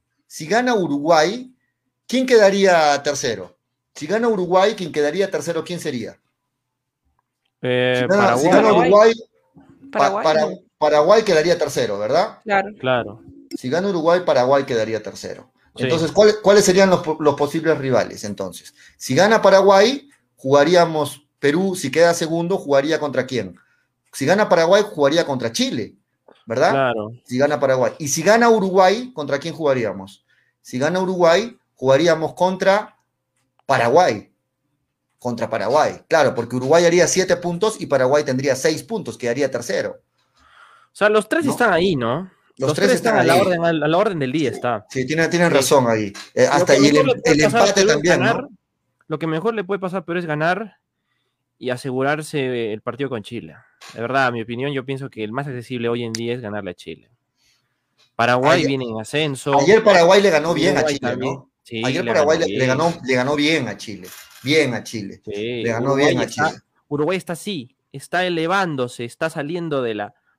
¿quién quedaría tercero? Si gana Uruguay, ¿quién quedaría tercero? ¿Quién sería? Paraguay. Si gana Uruguay, Paraguay quedaría tercero, ¿verdad? Claro. Si gana Uruguay, Paraguay quedaría tercero. Entonces, ¿cuáles serían los posibles rivales? Entonces, si gana Paraguay, jugaríamos Perú. Si queda segundo, jugaría contra quién. Si gana Paraguay, jugaría contra Chile, ¿verdad? Claro. Si gana Paraguay. Y si gana Uruguay, ¿contra quién jugaríamos? Si gana Uruguay, jugaríamos contra Paraguay. Contra Paraguay. Claro, porque Uruguay haría 7 puntos y Paraguay tendría 6 puntos, quedaría tercero. O sea, los tres están ahí, ¿no? Los tres están a la orden del día, está. Sí, tienen razón ahí. Hasta ahí el empate también, ¿no? Lo que mejor le puede pasar a Perú es ganar y asegurarse el partido con Chile. De verdad, a mi opinión, yo pienso que el más accesible hoy en día es ganarle a Chile. Paraguay viene en ascenso. Ayer Paraguay le ganó bien a Chile, también, ¿no? Sí, ayer Paraguay le ganó bien a Chile. Bien a Chile. Sí, le ganó bien a Chile. Uruguay está así, está elevándose, está saliendo de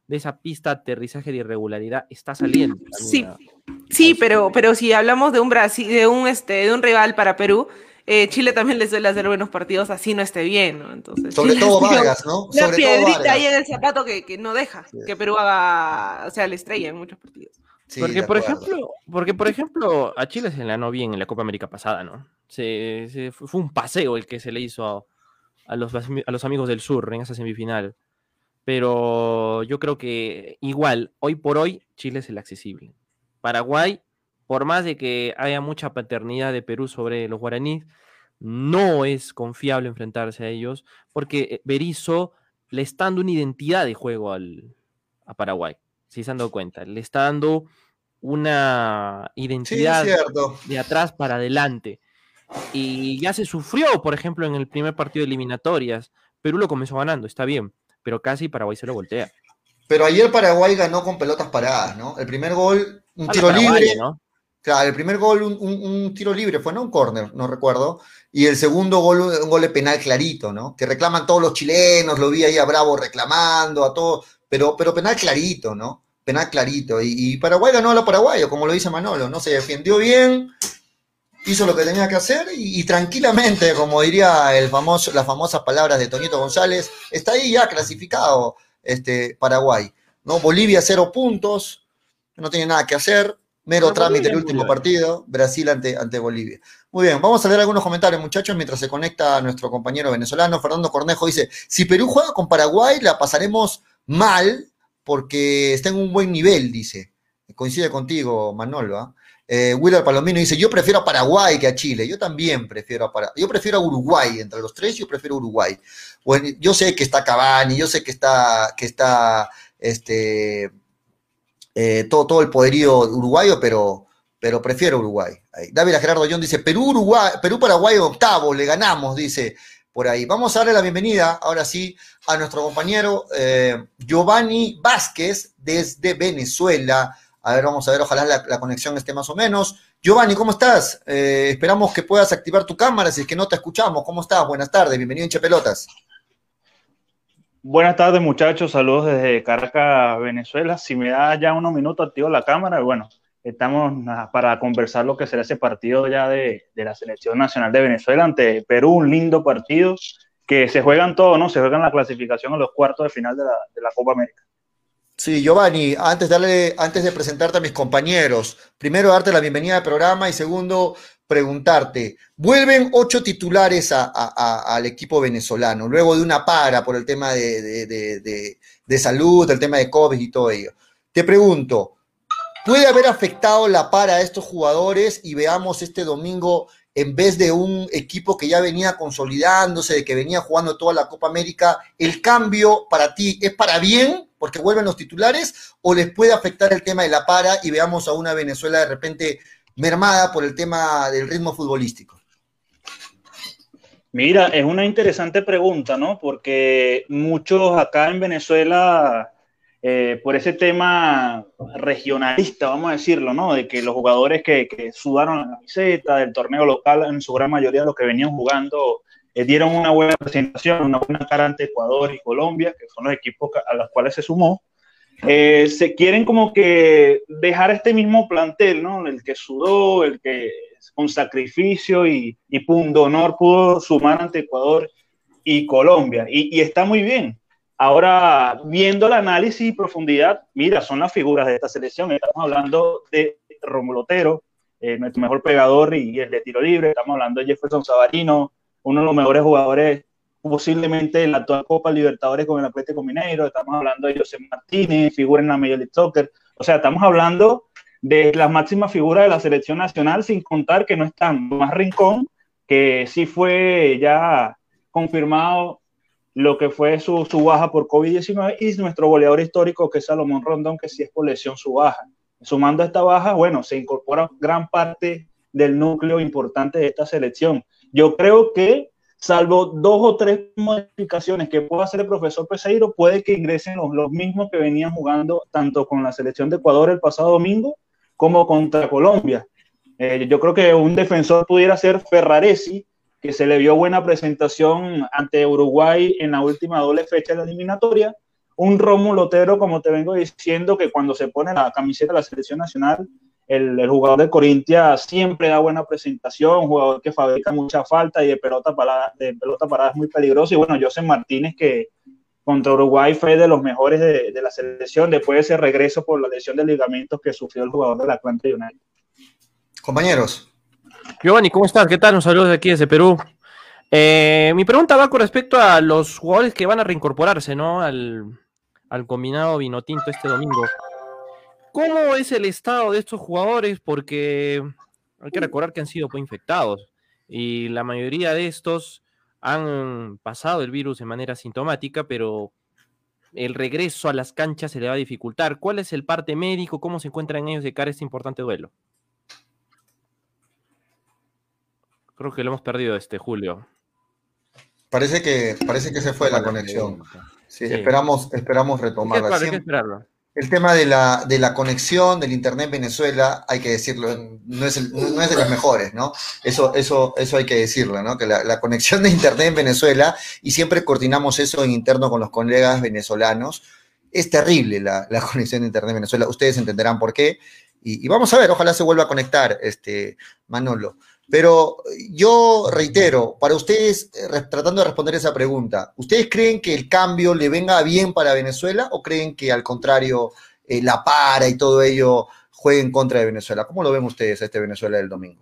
de esa pista de aterrizaje de irregularidad está saliendo. Sí, sí, pero si hablamos de un Brasil, de un rival para Perú, Chile también le suele hacer buenos partidos, así no esté bien, ¿no? Entonces, Sobre Chile todo ha sido Vargas, ¿no? una Sobre todo piedrita Vargas. ahí en el zapato que no deja que Perú haga, o sea, le estrella en muchos partidos. Sí, Porque, de por acuerdo. ejemplo, a Chile se le ganó bien en la Copa América pasada, ¿no? Fue un paseo el que se le hizo a los amigos del sur en esa semifinal. Pero yo creo que igual, hoy por hoy, Chile es el accesible. Paraguay, por más de que haya mucha paternidad de Perú sobre los guaraníes, no es confiable enfrentarse a ellos, porque Berizzo le está dando una identidad de juego a Paraguay, si se han dado cuenta. Le está dando una Sí, identidad cierto. de atrás para adelante. Y ya se sufrió, por ejemplo, en el primer partido de eliminatorias. Perú lo comenzó ganando, está bien, pero casi Paraguay se lo voltea. Pero ayer Paraguay ganó con pelotas paradas, ¿no? El primer gol, un A la tiro paraguaya, libre. ¿no? Claro, el primer gol, un tiro libre fue, ¿no? Un córner, no recuerdo. Y el segundo gol, un gol de penal clarito, ¿no? Que reclaman todos los chilenos, lo vi ahí a Bravo reclamando, a todos, pero penal clarito, ¿no? Penal clarito. Y Paraguay ganó a los paraguayos, como lo dice Manolo, ¿no? Se defendió bien, hizo lo que tenía que hacer y tranquilamente, como diría las famosas palabras de Toñito González, está ahí ya clasificado Paraguay, ¿no? Bolivia 0 puntos, no tiene nada que hacer, mero trámite el último partido, Brasil ante Bolivia. Muy bien, vamos a leer algunos comentarios, muchachos, mientras se conecta nuestro compañero venezolano. Fernando Cornejo dice, si Perú juega con Paraguay, la pasaremos mal porque está en un buen nivel, dice. Coincide contigo, Manolo, ¿eh? Willard Palomino dice, yo prefiero a Paraguay que a Chile. Yo también prefiero a Paraguay. Yo prefiero a Uruguay. Entre los tres, yo prefiero a Uruguay. Bueno, yo sé que está Cavani, yo sé que está todo el poderío uruguayo, pero prefiero Uruguay. Ahí. David Gerardo John dice, Perú-Paraguay octavo, le ganamos, dice por ahí. Vamos a darle la bienvenida, ahora sí, a nuestro compañero Giovanni Vázquez desde Venezuela. A ver, vamos a ver, ojalá la conexión esté más o menos. Giovanni, ¿cómo estás? Esperamos que puedas activar tu cámara, si es que no te escuchamos. ¿Cómo estás? Buenas tardes, bienvenido a Hincha Pelotas. Buenas tardes, muchachos, saludos desde Caracas, Venezuela. Si me da ya unos minutos, activo la cámara. Bueno, estamos para conversar lo que será ese partido ya de la Selección Nacional de Venezuela ante Perú, un lindo partido que se juegan todo, ¿no? Se juegan la clasificación a los cuartos de final de la Copa América. Sí, Giovanni, antes de presentarte a mis compañeros, primero darte la bienvenida al programa y segundo, preguntarte, vuelven 8 titulares al equipo venezolano, luego de una para por el tema de salud, el tema de COVID y todo ello. Te pregunto, ¿puede haber afectado la para a estos jugadores y veamos este domingo, en vez de un equipo que ya venía consolidándose, de que venía jugando toda la Copa América, el cambio para ti es para bien, porque vuelven los titulares, o les puede afectar el tema de la para y veamos a una Venezuela de repente mermada por el tema del ritmo futbolístico? Mira, es una interesante pregunta, ¿no? Porque muchos acá en Venezuela, por ese tema regionalista, vamos a decirlo, ¿no? De que los jugadores que sudaron la camiseta del torneo local, en su gran mayoría los que venían jugando, dieron una buena presentación, una buena cara ante Ecuador y Colombia, que son los equipos a los cuales se sumó. Se quieren como que dejar este mismo plantel, ¿no? El que sudó, el que con sacrificio y pundonor pudo sumar ante Ecuador y Colombia. Y está muy bien. Ahora, viendo el análisis y profundidad, mira, son las figuras de esta selección. Estamos hablando de Rómulo Otero, nuestro mejor pegador y el de tiro libre. Estamos hablando de Jefferson Savarino, uno de los mejores jugadores posiblemente en la actual Copa Libertadores con el Atlético Mineiro. Estamos hablando de José Martínez, figura en la Major League Soccer. O sea, estamos hablando de las máximas figuras de la selección nacional, sin contar que no están más Rincón, que sí fue ya confirmado lo que fue su baja por COVID-19, y nuestro goleador histórico, que es Salomón Rondón, que sí es por lesión su baja. Sumando a esta baja, bueno, se incorpora gran parte del núcleo importante de esta selección. Yo creo que, salvo 2 o 3 modificaciones que pueda hacer el profesor Peseiro, puede que ingresen los mismos que venían jugando tanto con la selección de Ecuador el pasado domingo como contra Colombia. Yo creo que un defensor pudiera ser Ferraresi, que se le vio buena presentación ante Uruguay en la última doble fecha de la eliminatoria, un Rómulo Otero, como te vengo diciendo, que cuando se pone la camiseta de la selección nacional, el jugador de Corinthians siempre da buena presentación, un jugador que fabrica mucha falta y de pelota parada es muy peligroso. Y bueno, José Martínez, que contra Uruguay fue de los mejores de la selección después de ese regreso por la lesión de ligamentos que sufrió el jugador del Atlanta United. Compañeros. Giovanni, ¿cómo estás? ¿Qué tal? Un saludo de aquí desde Perú. Mi pregunta va con respecto a los jugadores que van a reincorporarse, ¿no? Al combinado vinotinto este domingo. ¿Cómo es el estado de estos jugadores? Porque hay que recordar que han sido infectados y la mayoría de estos han pasado el virus de manera asintomática, pero el regreso a las canchas se le va a dificultar. ¿Cuál es el parte médico? ¿Cómo se encuentran ellos de cara a este importante duelo? Creo que lo hemos perdido Julio. Parece que se fue la conexión. Sí. Esperamos retomarla. Hay que esperarlo. El tema de la conexión del Internet Venezuela, hay que decirlo, no es de los mejores, ¿no? Eso hay que decirlo, ¿no? Que la conexión de Internet en Venezuela, y siempre coordinamos eso en interno con los colegas venezolanos, es terrible la conexión de Internet en Venezuela. Ustedes entenderán por qué. Y vamos a ver, ojalá se vuelva a conectar, Manolo. Pero yo reitero, para ustedes, tratando de responder esa pregunta, ¿ustedes creen que el cambio le venga bien para Venezuela o creen que al contrario la para y todo ello juegue en contra de Venezuela? ¿Cómo lo ven ustedes a este Venezuela del domingo?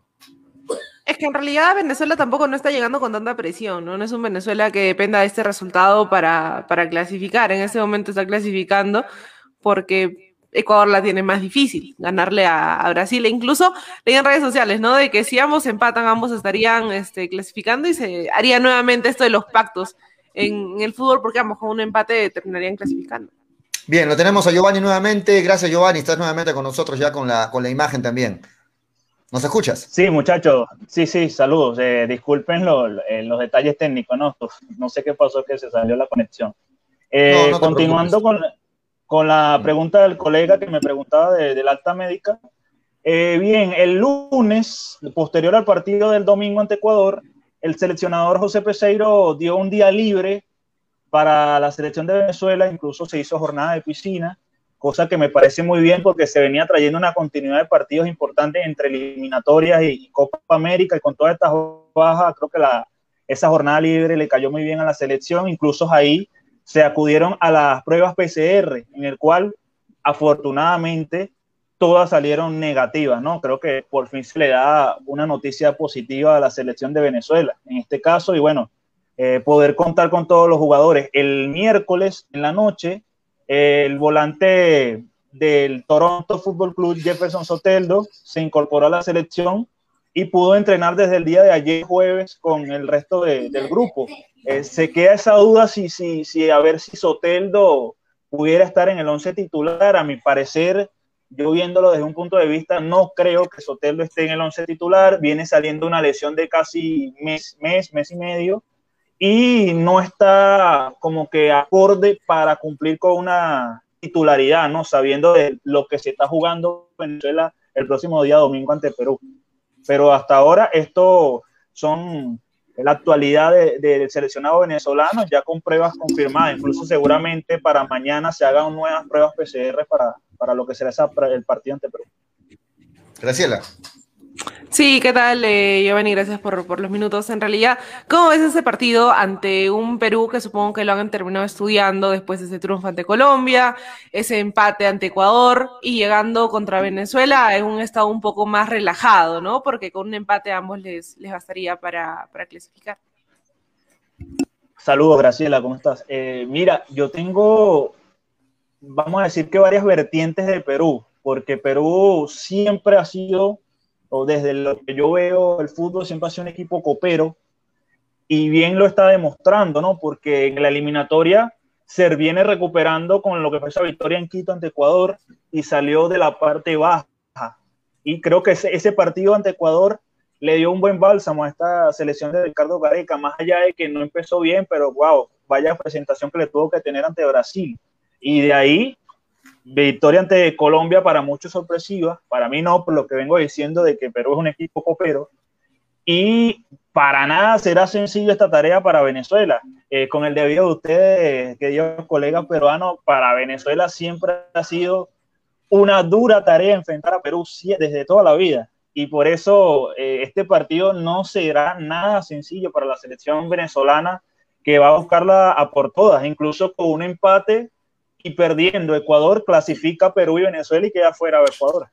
Es que en realidad Venezuela tampoco no está llegando con tanta presión, ¿no? No es un Venezuela que dependa de este resultado para clasificar. En ese momento está clasificando porque Ecuador la tiene más difícil, ganarle a Brasil. E incluso leí en redes sociales, ¿no? De que si ambos empatan, ambos estarían clasificando y se haría nuevamente esto de los pactos en el fútbol, porque ambos con un empate terminarían clasificando. Bien, lo tenemos a Giovanni nuevamente. Gracias, Giovanni. Estás nuevamente con nosotros ya con la imagen también. ¿Nos escuchas? Sí, muchachos. Sí, saludos. Disculpen los detalles técnicos, ¿no? No sé qué pasó, que se salió la conexión. No continuando con la pregunta del colega que me preguntaba del alta médica. Bien, el lunes, posterior al partido del domingo ante Ecuador, el seleccionador José Peseiro dio un día libre para la selección de Venezuela, incluso se hizo jornada de piscina, cosa que me parece muy bien porque se venía trayendo una continuidad de partidos importantes entre eliminatorias y Copa América, y con todas estas bajas, creo que esa jornada libre le cayó muy bien a la selección. Incluso ahí se acudieron a las pruebas PCR, en el cual afortunadamente todas salieron negativas, ¿no? Creo que por fin se le da una noticia positiva a la selección de Venezuela, en este caso, y bueno, poder contar con todos los jugadores. El miércoles en la noche, el volante del Toronto Football Club, Jefferson Soteldo, se incorporó a la selección y pudo entrenar desde el día de ayer jueves con el resto del grupo. Se queda esa duda si a ver si Soteldo pudiera estar en el 11 titular. A mi parecer, yo viéndolo desde un punto de vista, no creo que Soteldo esté en el 11 titular. Viene saliendo una lesión de casi mes y medio, y no está como que acorde para cumplir con una titularidad, ¿no? Sabiendo de lo que se está jugando Venezuela el próximo día domingo ante Perú. Pero hasta ahora esto son la actualidad del seleccionado venezolano, ya con pruebas confirmadas. Incluso seguramente para mañana se hagan nuevas pruebas PCR para lo que será el partido ante Perú. Graciela. Sí, ¿qué tal, Giovanni? Gracias por los minutos. En realidad, ¿cómo ves ese partido ante un Perú que supongo que lo han terminado estudiando después de ese triunfo ante Colombia, ese empate ante Ecuador y llegando contra Venezuela en un estado un poco más relajado, ¿no? Porque con un empate a ambos les bastaría para clasificar. Saludos, Graciela, ¿cómo estás? Mira, yo tengo, vamos a decir que varias vertientes de Perú, porque Perú siempre ha sido, o desde lo que yo veo, el fútbol siempre ha sido un equipo copero, y bien lo está demostrando, ¿no? Porque en la eliminatoria se viene recuperando con lo que fue esa victoria en Quito ante Ecuador y salió de la parte baja. Y creo que ese partido ante Ecuador le dio un buen bálsamo a esta selección de Ricardo Gareca, más allá de que no empezó bien, pero wow, vaya presentación que le tuvo que tener ante Brasil. Y de ahí, victoria ante Colombia, para muchos sorpresiva, para mí no, por lo que vengo diciendo de que Perú es un equipo copero. Y para nada será sencillo esta tarea para Venezuela. Con el debido de ustedes, queridos colegas peruanos, para Venezuela siempre ha sido una dura tarea enfrentar a Perú desde toda la vida. Y por eso este partido no será nada sencillo para la selección venezolana, que va a buscarla a por todas, incluso con un empate y perdiendo Ecuador, clasifica Perú y Venezuela y queda fuera de Ecuador.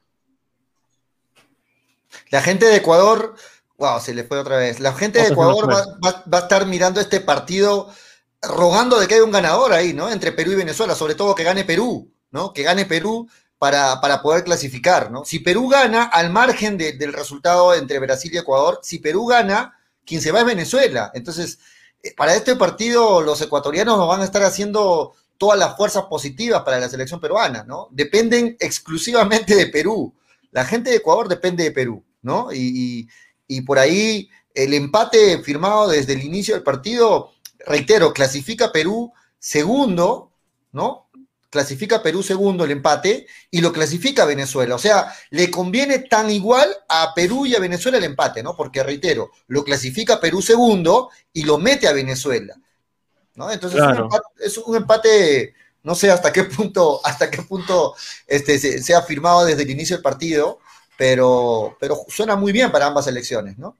La gente de Ecuador, wow, se le fue otra vez. La gente de Ecuador va a estar mirando este partido rogando de que haya un ganador ahí, ¿no? Entre Perú y Venezuela, sobre todo que gane Perú, ¿no? Que gane Perú para poder clasificar, ¿no? Si Perú gana, al margen del resultado entre Brasil y Ecuador, si Perú gana, quien se va es Venezuela. Entonces, para este partido, los ecuatorianos nos van a estar haciendo todas las fuerzas positivas para la selección peruana, ¿no? Dependen exclusivamente de Perú. La gente de Ecuador depende de Perú, ¿no? Y por ahí el empate firmado desde el inicio del partido, reitero, clasifica Perú segundo, ¿no? Clasifica Perú segundo el empate y lo clasifica Venezuela. O sea, le conviene tan igual a Perú y a Venezuela el empate, ¿no? Porque, reitero, lo clasifica Perú segundo y lo mete a Venezuela, ¿no? Entonces claro, es un empate, no sé hasta qué punto se ha firmado desde el inicio del partido, pero suena muy bien para ambas selecciones, ¿no?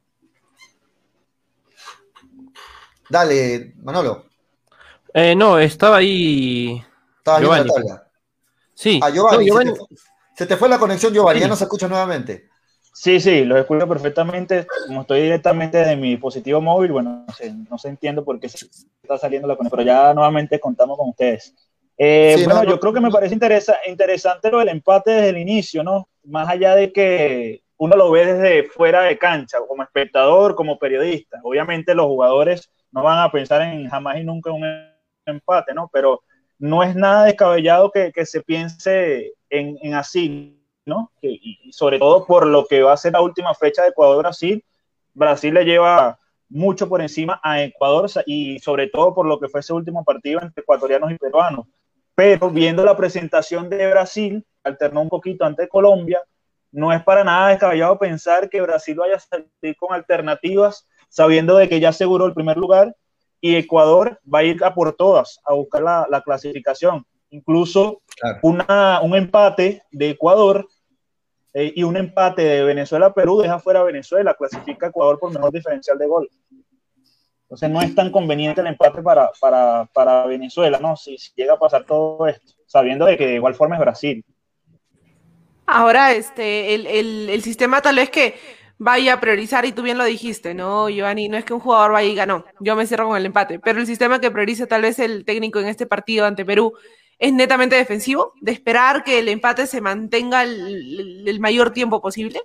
Dale, Manolo. No, estaba ahí. Estaba viendo la tabla. Sí. Giovanni, no, Giovanni. Se te fue la conexión, Giovanni, sí. Ya no se escucha nuevamente. Sí, los escucho perfectamente. Como estoy directamente desde mi dispositivo móvil, bueno, no sé entiendo por qué se está saliendo la conexión, pero ya nuevamente contamos con ustedes. Yo creo que me parece interesante lo del empate desde el inicio, ¿no? Más allá de que uno lo ve desde fuera de cancha, como espectador, como periodista. Obviamente los jugadores no van a pensar en jamás y nunca un empate, ¿no? Pero no es nada descabellado que se piense en así, ¿no? Y sobre todo por lo que va a ser la última fecha de Ecuador-Brasil. Brasil le lleva mucho por encima a Ecuador y sobre todo por lo que fue ese último partido entre ecuatorianos y peruanos. Pero viendo la presentación de Brasil, alternó un poquito ante Colombia, no es para nada descabellado pensar que Brasil vaya a salir con alternativas, sabiendo de que ya aseguró el primer lugar y Ecuador va a ir a por todas a buscar la clasificación. Incluso claro, un empate de Ecuador y un empate de Venezuela-Perú deja fuera a Venezuela, clasifica a Ecuador por mejor diferencial de gol. Entonces no es tan conveniente el empate para Venezuela, ¿no? Si llega a pasar todo esto, sabiendo de que de igual forma es Brasil. Ahora, el sistema tal vez que vaya a priorizar, y tú bien lo dijiste, ¿no, Giovanni? No es que un jugador vaya y diga, no, yo me cierro con el empate, pero el sistema que prioriza tal vez el técnico en este partido ante Perú es netamente defensivo, de esperar que el empate se mantenga el mayor tiempo posible.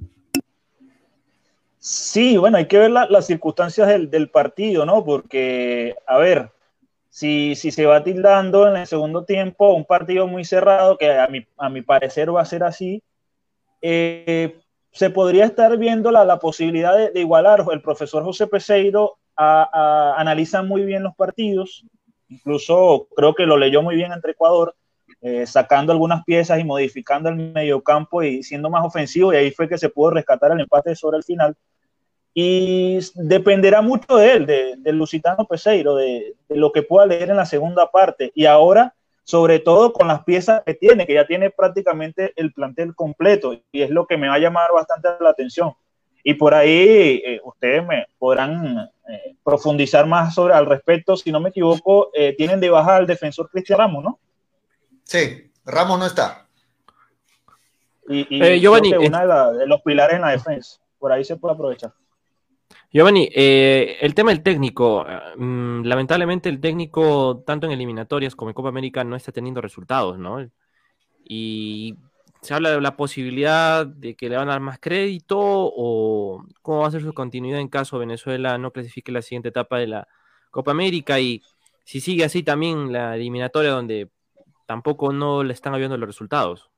Sí, bueno, hay que ver las circunstancias del partido, ¿no? Porque, a ver, si se va tildando en el segundo tiempo un partido muy cerrado, que a mi parecer va a ser así, se podría estar viendo la posibilidad de igualar. El profesor José Peseiro analiza muy bien los partidos, incluso creo que lo leyó muy bien entre Ecuador, sacando algunas piezas y modificando el mediocampo y siendo más ofensivo, y ahí fue que se pudo rescatar el empate sobre el final. Y dependerá mucho de él, del Lusitano Peseiro, de lo que pueda leer en la segunda parte. Y ahora, sobre todo con las piezas que tiene, que ya tiene prácticamente el plantel completo, y es lo que me va a llamar bastante la atención. Y por ahí ustedes me podrán profundizar más al respecto. Si no me equivoco, tienen de baja al defensor Cristian Ramos, ¿no? Sí, Ramos no está. Y Giovanni, creo que uno de los pilares en la defensa. Por ahí se puede aprovechar. Giovanni, el tema del técnico, lamentablemente el técnico, tanto en eliminatorias como en Copa América, no está teniendo resultados, ¿no? Y se habla de la posibilidad de que le van a dar más crédito, o cómo va a ser su continuidad en caso Venezuela no clasifique la siguiente etapa de la Copa América, y si sigue así también la eliminatoria donde tampoco no le están habiendo los resultados.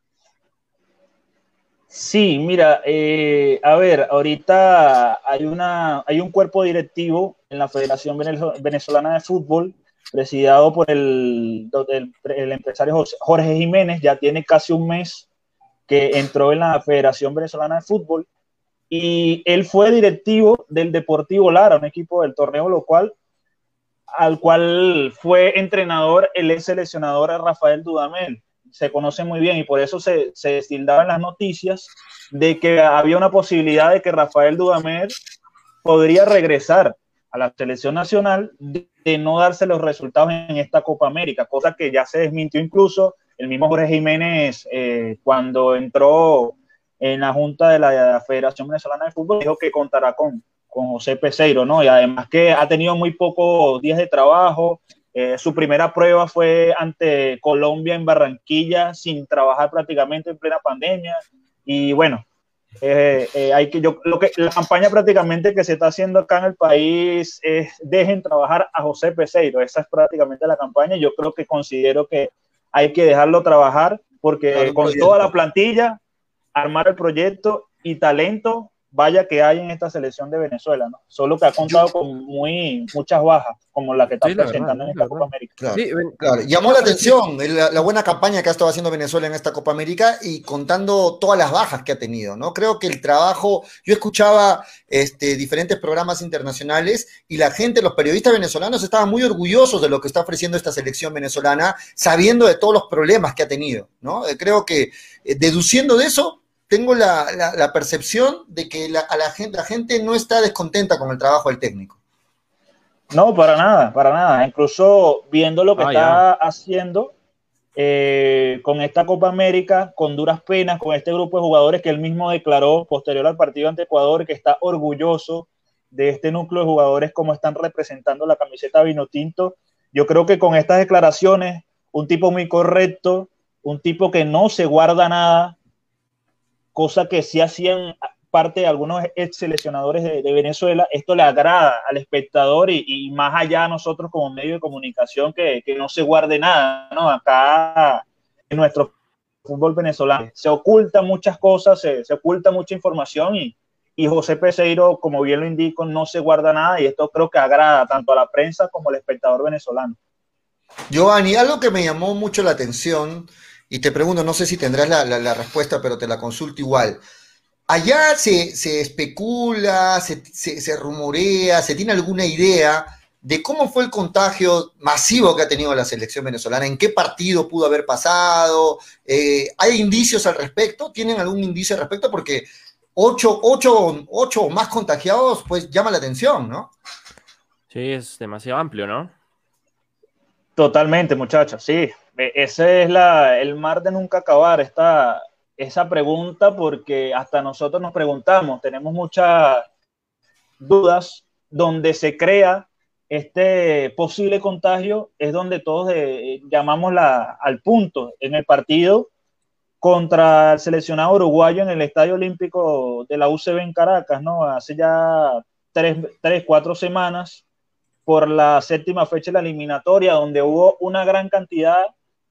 Sí, mira, a ver, ahorita hay un cuerpo directivo en la Federación Venezolana de Fútbol, presidido por el empresario Jorge Jiménez. Ya tiene casi un mes que entró en la Federación Venezolana de Fútbol, y él fue directivo del Deportivo Lara, un equipo del torneo local, al cual fue entrenador el ex seleccionador Rafael Dudamel. Se conoce muy bien y por eso se tildaban las noticias de que había una posibilidad de que Rafael Dudamel podría regresar a la selección nacional de no darse los resultados en esta Copa América, cosa que ya se desmintió incluso el mismo Jorge Jiménez cuando entró en la Junta de la Federación Venezolana de Fútbol, dijo que contará con José Peseiro, ¿no? Y además que ha tenido muy pocos días de trabajo. Su primera prueba fue ante Colombia en Barranquilla, sin trabajar prácticamente en plena pandemia. Y bueno, la campaña prácticamente que se está haciendo acá en el país es dejen trabajar a José Peseiro. Esa es prácticamente la campaña. Yo considero que hay que dejarlo trabajar porque con toda la plantilla, armar el proyecto y talento, vaya que hay en esta selección de Venezuela, ¿no? Solo que ha contado con muchas bajas, como la que está presentando en esta Copa América. Claro, claro. Llamó la atención la buena campaña que ha estado haciendo Venezuela en esta Copa América y contando todas las bajas que ha tenido, ¿no? Creo que el trabajo, yo escuchaba diferentes programas internacionales y la gente, los periodistas venezolanos estaban muy orgullosos de lo que está ofreciendo esta selección venezolana, sabiendo de todos los problemas que ha tenido, ¿no? Creo que deduciendo de eso, tengo la percepción de que la gente no está descontenta con el trabajo del técnico. No, para nada. Incluso viendo lo que está haciendo con esta Copa América, con duras penas, con este grupo de jugadores que él mismo declaró posterior al partido ante Ecuador, que está orgulloso de este núcleo de jugadores, como están representando la camiseta vinotinto. Yo creo que con estas declaraciones, un tipo muy correcto, un tipo que no se guarda nada, cosa que sí hacían parte de algunos ex seleccionadores de Venezuela, esto le agrada al espectador y más allá a nosotros como medio de comunicación que no se guarde nada, ¿no? Acá en nuestro fútbol venezolano se ocultan muchas cosas, se oculta mucha información y José Peseiro, como bien lo indico, no se guarda nada y esto creo que agrada tanto a la prensa como al espectador venezolano. Giovanni, algo que me llamó mucho la atención y te pregunto, no sé si tendrás la respuesta, pero te la consulto igual. Allá se especula, se rumorea, se tiene alguna idea de cómo fue el contagio masivo que ha tenido la selección venezolana, en qué partido pudo haber pasado, ¿hay indicios al respecto? ¿Tienen algún indicio al respecto? Porque 8 o más contagiados, pues llama la atención, ¿no? Sí, es demasiado amplio, ¿no? Totalmente, muchachos, sí. Ese es el mar de nunca acabar, esa pregunta, porque hasta nosotros nos preguntamos, tenemos muchas dudas, donde se crea este posible contagio, es donde todos llamamos al punto. En el partido contra el seleccionado uruguayo en el Estadio Olímpico de la UCB en Caracas, ¿no? Hace ya 4 semanas, por la 7ª fecha de la eliminatoria, donde hubo una gran cantidad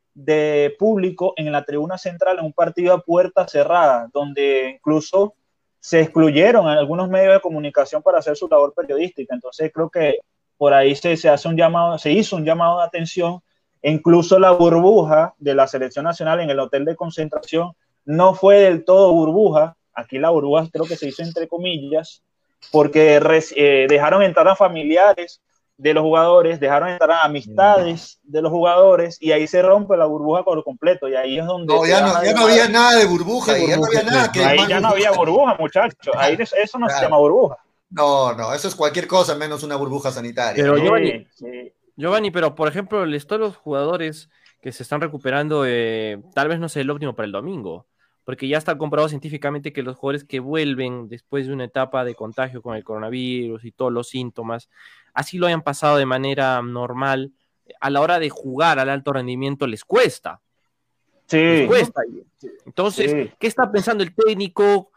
de público en la tribuna central en un partido a puerta cerrada, donde incluso se excluyeron a algunos medios de comunicación para hacer su labor periodística. Entonces creo que por ahí se hizo un llamado de atención. E incluso la burbuja de la selección nacional en el hotel de concentración no fue del todo burbuja. Aquí la burbuja creo que se hizo entre comillas, porque dejaron entrar a familiares de los jugadores, dejaron entrar a amistades de los jugadores y ahí se rompe la burbuja por completo y ahí es donde... No, ya no había nada de burbuja, ahí ya no había nada. Ahí ya no había burbuja, muchachos, ahí eso no se llama burbuja. No, eso es cualquier cosa menos una burbuja sanitaria. Pero Giovanni, pero por ejemplo, todos los jugadores que se están recuperando, tal vez no sea el óptimo para el domingo, porque ya está comprobado científicamente que los jugadores que vuelven después de una etapa de contagio con el coronavirus y todos los síntomas, así lo hayan pasado de manera normal, a la hora de jugar al alto rendimiento les cuesta. Sí. Les cuesta. Entonces, sí. ¿Qué está pensando el técnico?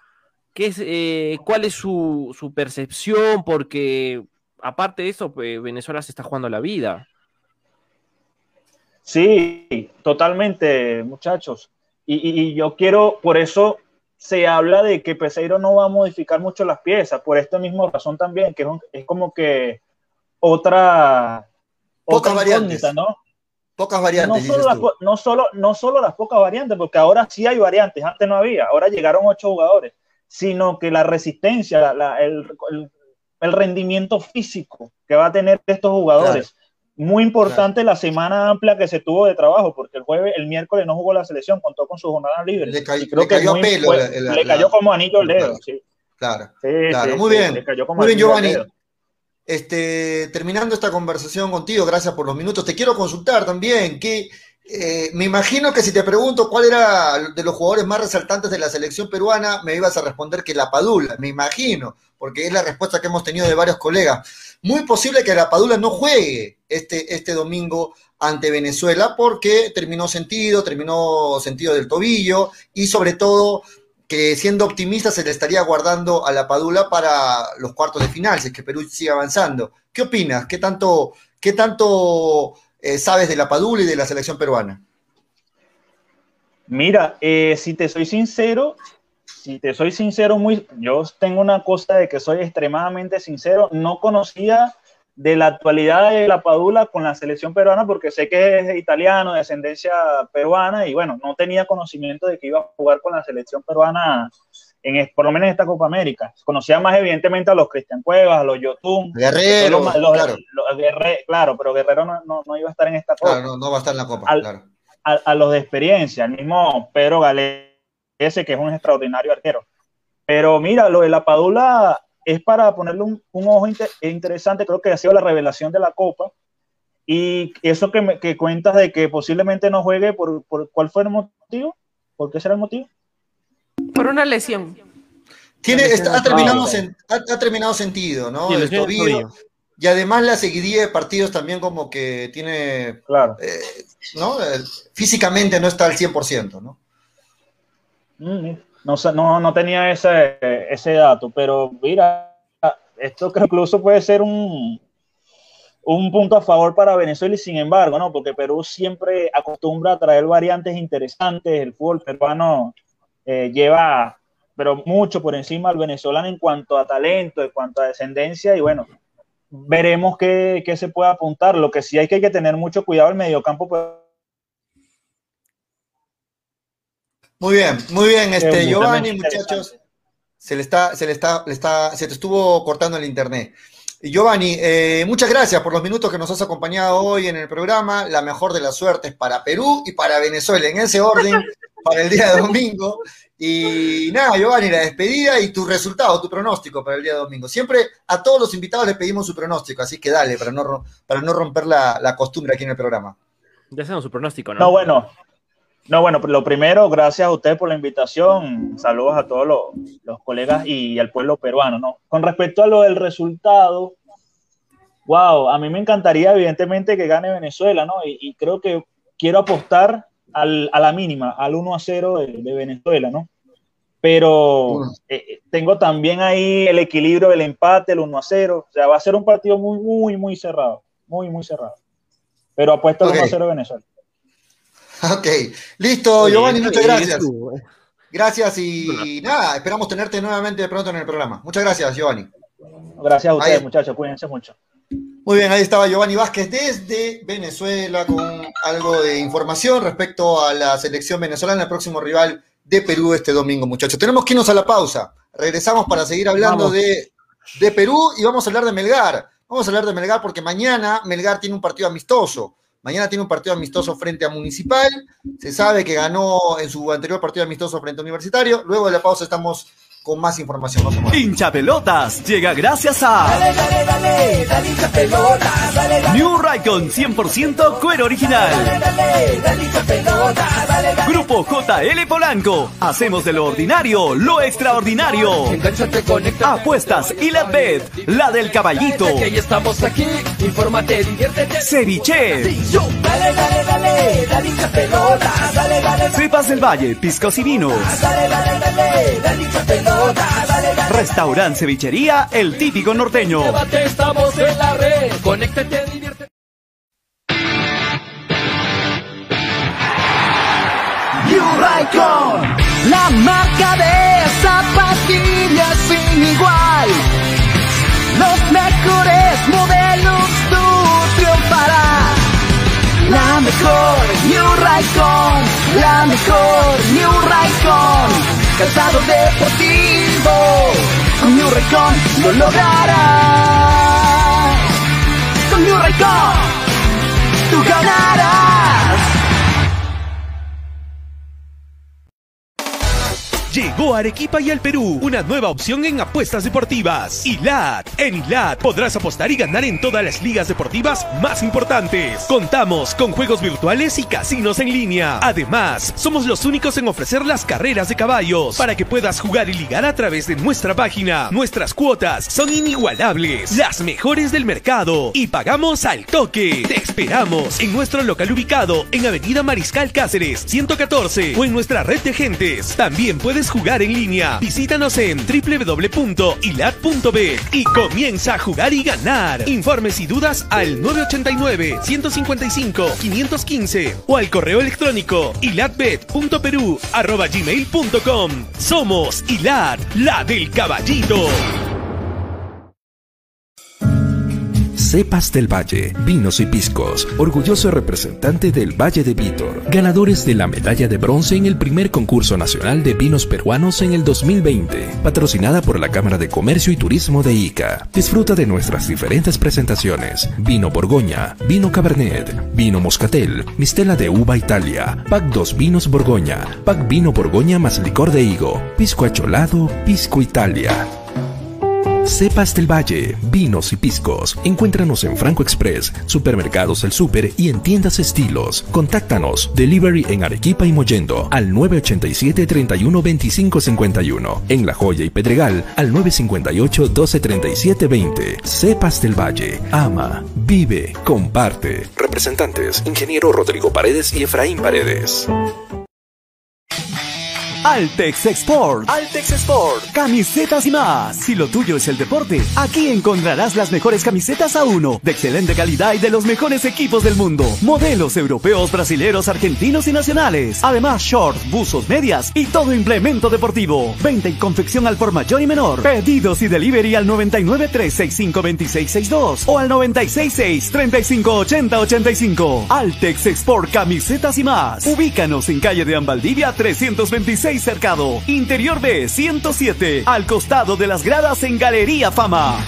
¿Cuál es su percepción? Porque aparte de eso, Venezuela se está jugando la vida. Sí, totalmente, muchachos. Y yo quiero, por eso se habla de que Peseiro no va a modificar mucho las piezas, por esta misma razón también, que es como que otra variantes, ¿no? Pocas variantes. No solo las pocas variantes, porque ahora sí hay variantes, antes no había, ahora llegaron 8 jugadores. sino que la resistencia, el rendimiento físico que va a tener estos jugadores. Claro. Muy importante la semana amplia que se tuvo de trabajo, porque el miércoles no jugó la selección, contó con su jornada libre. Le cayó a pelo. Le cayó como anillo al dedo. Sí. Claro, sí, claro. Sí, muy sí, bien. Muy bien, Giovanni. Terminando esta conversación contigo, gracias por los minutos. Te quiero consultar también que me imagino que si te pregunto cuál era de los jugadores más resaltantes de la selección peruana, me ibas a responder que la Padula, me imagino, porque es la respuesta que hemos tenido de varios colegas. Muy posible que la Padula no juegue este domingo ante Venezuela porque terminó sentido del tobillo y sobre todo que siendo optimista se le estaría guardando a la Padula para los cuartos de final, si es que Perú sigue avanzando. ¿Qué opinas? ¿Qué tanto sabes de la Padula y de la selección peruana? Mira, si te soy sincero, yo tengo una cosa de que soy extremadamente sincero, no conocía de la actualidad de la Padula con la selección peruana porque sé que es italiano, de ascendencia peruana y bueno, no tenía conocimiento de que iba a jugar con la selección peruana por lo menos en esta Copa América. Conocía más evidentemente a los Cristian Cuevas, a los Yotun, Guerrero, claro. Claro, pero Guerrero no iba a estar en esta Copa. Claro, no va a estar en la Copa, claro. A los de experiencia, el mismo Pedro Galese, que es un extraordinario arquero. Pero mira, lo de la Padula es para ponerle un ojo interesante, creo que ha sido la revelación de la Copa, y eso que cuentas de que posiblemente no juegue, ¿cuál fue el motivo? ¿Por qué será el motivo? Por una lesión. Ha terminado sentido, ¿no? Sí, el tobillo. Y además la seguidilla de partidos también como que tiene, claro. ¿No? Físicamente no está al 100%, ¿no? No tenía ese dato, pero mira, esto creo que incluso puede ser un punto a favor para Venezuela y sin embargo, ¿no? Porque Perú siempre acostumbra a traer variantes interesantes, el fútbol peruano lleva, pero mucho por encima al venezolano en cuanto a talento, en cuanto a descendencia y bueno, veremos qué se puede apuntar. Lo que sí hay que tener mucho cuidado el mediocampo. Muy bien, Giovanni, muchachos, se te estuvo cortando el internet. Giovanni, muchas gracias por los minutos que nos has acompañado hoy en el programa. La mejor de las suertes para Perú y para Venezuela, en ese orden, para el día de domingo. Y nada, Giovanni, la despedida y tu resultado, tu pronóstico para el día de domingo. Siempre a todos los invitados les pedimos su pronóstico, así que dale, para no romper la costumbre aquí en el programa. Ya hacemos su pronóstico, ¿no? No, bueno, lo primero, gracias a usted por la invitación. Saludos a todos los colegas y al pueblo peruano, ¿no? Con respecto a lo del resultado, wow, a mí me encantaría evidentemente que gane Venezuela, ¿no? Y creo que quiero apostar a la mínima, al 1-0 de Venezuela, ¿no? Pero tengo también ahí el equilibrio del empate, el 1-0. O sea, va a ser un partido muy, muy, muy cerrado. Muy, muy cerrado. Pero apuesto al 1-0 de Venezuela. Ok, listo, Giovanni, muchas gracias. Gracias y nada, esperamos tenerte nuevamente de pronto en el programa. Muchas gracias, Giovanni. Gracias a ustedes, muchachos, cuídense mucho. Muy bien, ahí estaba Giovanni Vázquez desde Venezuela con algo de información respecto a la selección venezolana, el próximo rival de Perú este domingo, muchachos. Tenemos que irnos a la pausa. Regresamos para seguir hablando de Perú y vamos a hablar de Melgar. Vamos a hablar de Melgar porque mañana Melgar tiene un partido amistoso. Mañana tiene un partido amistoso frente a Municipal. Se sabe que ganó en su anterior partido amistoso frente a Universitario. Luego de la pausa estamos con más información. Hincha Pelotas llega gracias a Dale, hincha pelotas, dale. New Raycon 100% cuero original. Dale, hincha pelotas, dale. Grupo JL Polanco. Hacemos de lo ordinario lo extraordinario. Engánchate, conéctate. Apuestas y la bet, la del caballito. Que ya estamos aquí, infórmate, diviértete. Ceviche. Dale, hincha pelotas, dale. Cepas del Valle, piscos y vinos. Dale, hincha pelotas. Restaurante Cevichería, el típico norteño. Llévate, estamos en la red. Conéctate, diviértete. New Raycon, la marca de zapatillas sin igual. Los mejores modelos tú triunfarás. La mejor New Raycon, la mejor New Raycon. Calzado deportivo Raycon lo lograrás. Con New Raycon tú ganarás. Llegó a Arequipa y al Perú una nueva opción en apuestas deportivas. ILAT. En ILAT podrás apostar y ganar en todas las ligas deportivas más importantes. Contamos con juegos virtuales y casinos en línea. Además, somos los únicos en ofrecer las carreras de caballos para que puedas jugar y ligar a través de nuestra página. Nuestras cuotas son inigualables, las mejores del mercado y pagamos al toque. Te esperamos en nuestro local ubicado en Avenida Mariscal Cáceres 114 o en nuestra red de agentes. También puedes jugar en línea. Visítanos en www.ilat.bet y comienza a jugar y ganar. Informes y dudas al 989-155-515 o al correo electrónico ilatbet.peru@gmail.com. Somos ILAT, la del caballito. Cepas del Valle, vinos y piscos, orgulloso representante del Valle de Vítor, ganadores de la medalla de bronce en el primer concurso nacional de vinos peruanos en el 2020, patrocinada por la Cámara de Comercio y Turismo de Ica. Disfruta de nuestras diferentes presentaciones: vino Borgoña, vino Cabernet, vino Moscatel, mistela de uva Italia, pack 2 vinos Borgoña, pack vino Borgoña más licor de higo, pisco acholado, pisco Italia. Cepas del Valle, vinos y piscos. Encuéntranos en Franco Express, Supermercados El Super y en tiendas Estilos. Contáctanos, delivery en Arequipa y Mollendo al 987-312551. En La Joya y Pedregal al 958-123720. Cepas del Valle, ama, vive, comparte. Representantes, Ingeniero Rodrigo Paredes y Efraín Paredes. Altex Export. Altex Export. Camisetas y más. Si lo tuyo es el deporte, aquí encontrarás las mejores camisetas a uno, de excelente calidad y de los mejores equipos del mundo. Modelos europeos, brasileros, argentinos y nacionales. Además, shorts, buzos, medias y todo implemento deportivo. Venta y confección al por mayor y menor. Pedidos y delivery al 993652662 o al 966-358085. Altex Export Camisetas y más. Ubícanos en calle de Ambaldivia 326 Cercado, Interior B 107, al costado de las gradas en Galería Fama.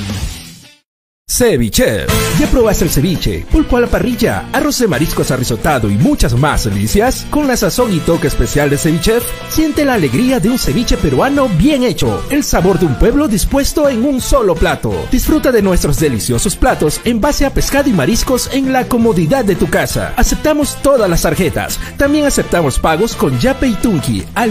Ceviche. ¿Ya probaste el ceviche? Pulpo a la parrilla, arroz de mariscos arrisotado y muchas más delicias. Con la sazón y toque especial de Ceviche, siente la alegría de un ceviche peruano bien hecho. El sabor de un pueblo dispuesto en un solo plato. Disfruta de nuestros deliciosos platos en base a pescado y mariscos en la comodidad de tu casa. Aceptamos todas las tarjetas. También aceptamos pagos con Yape y Tunki al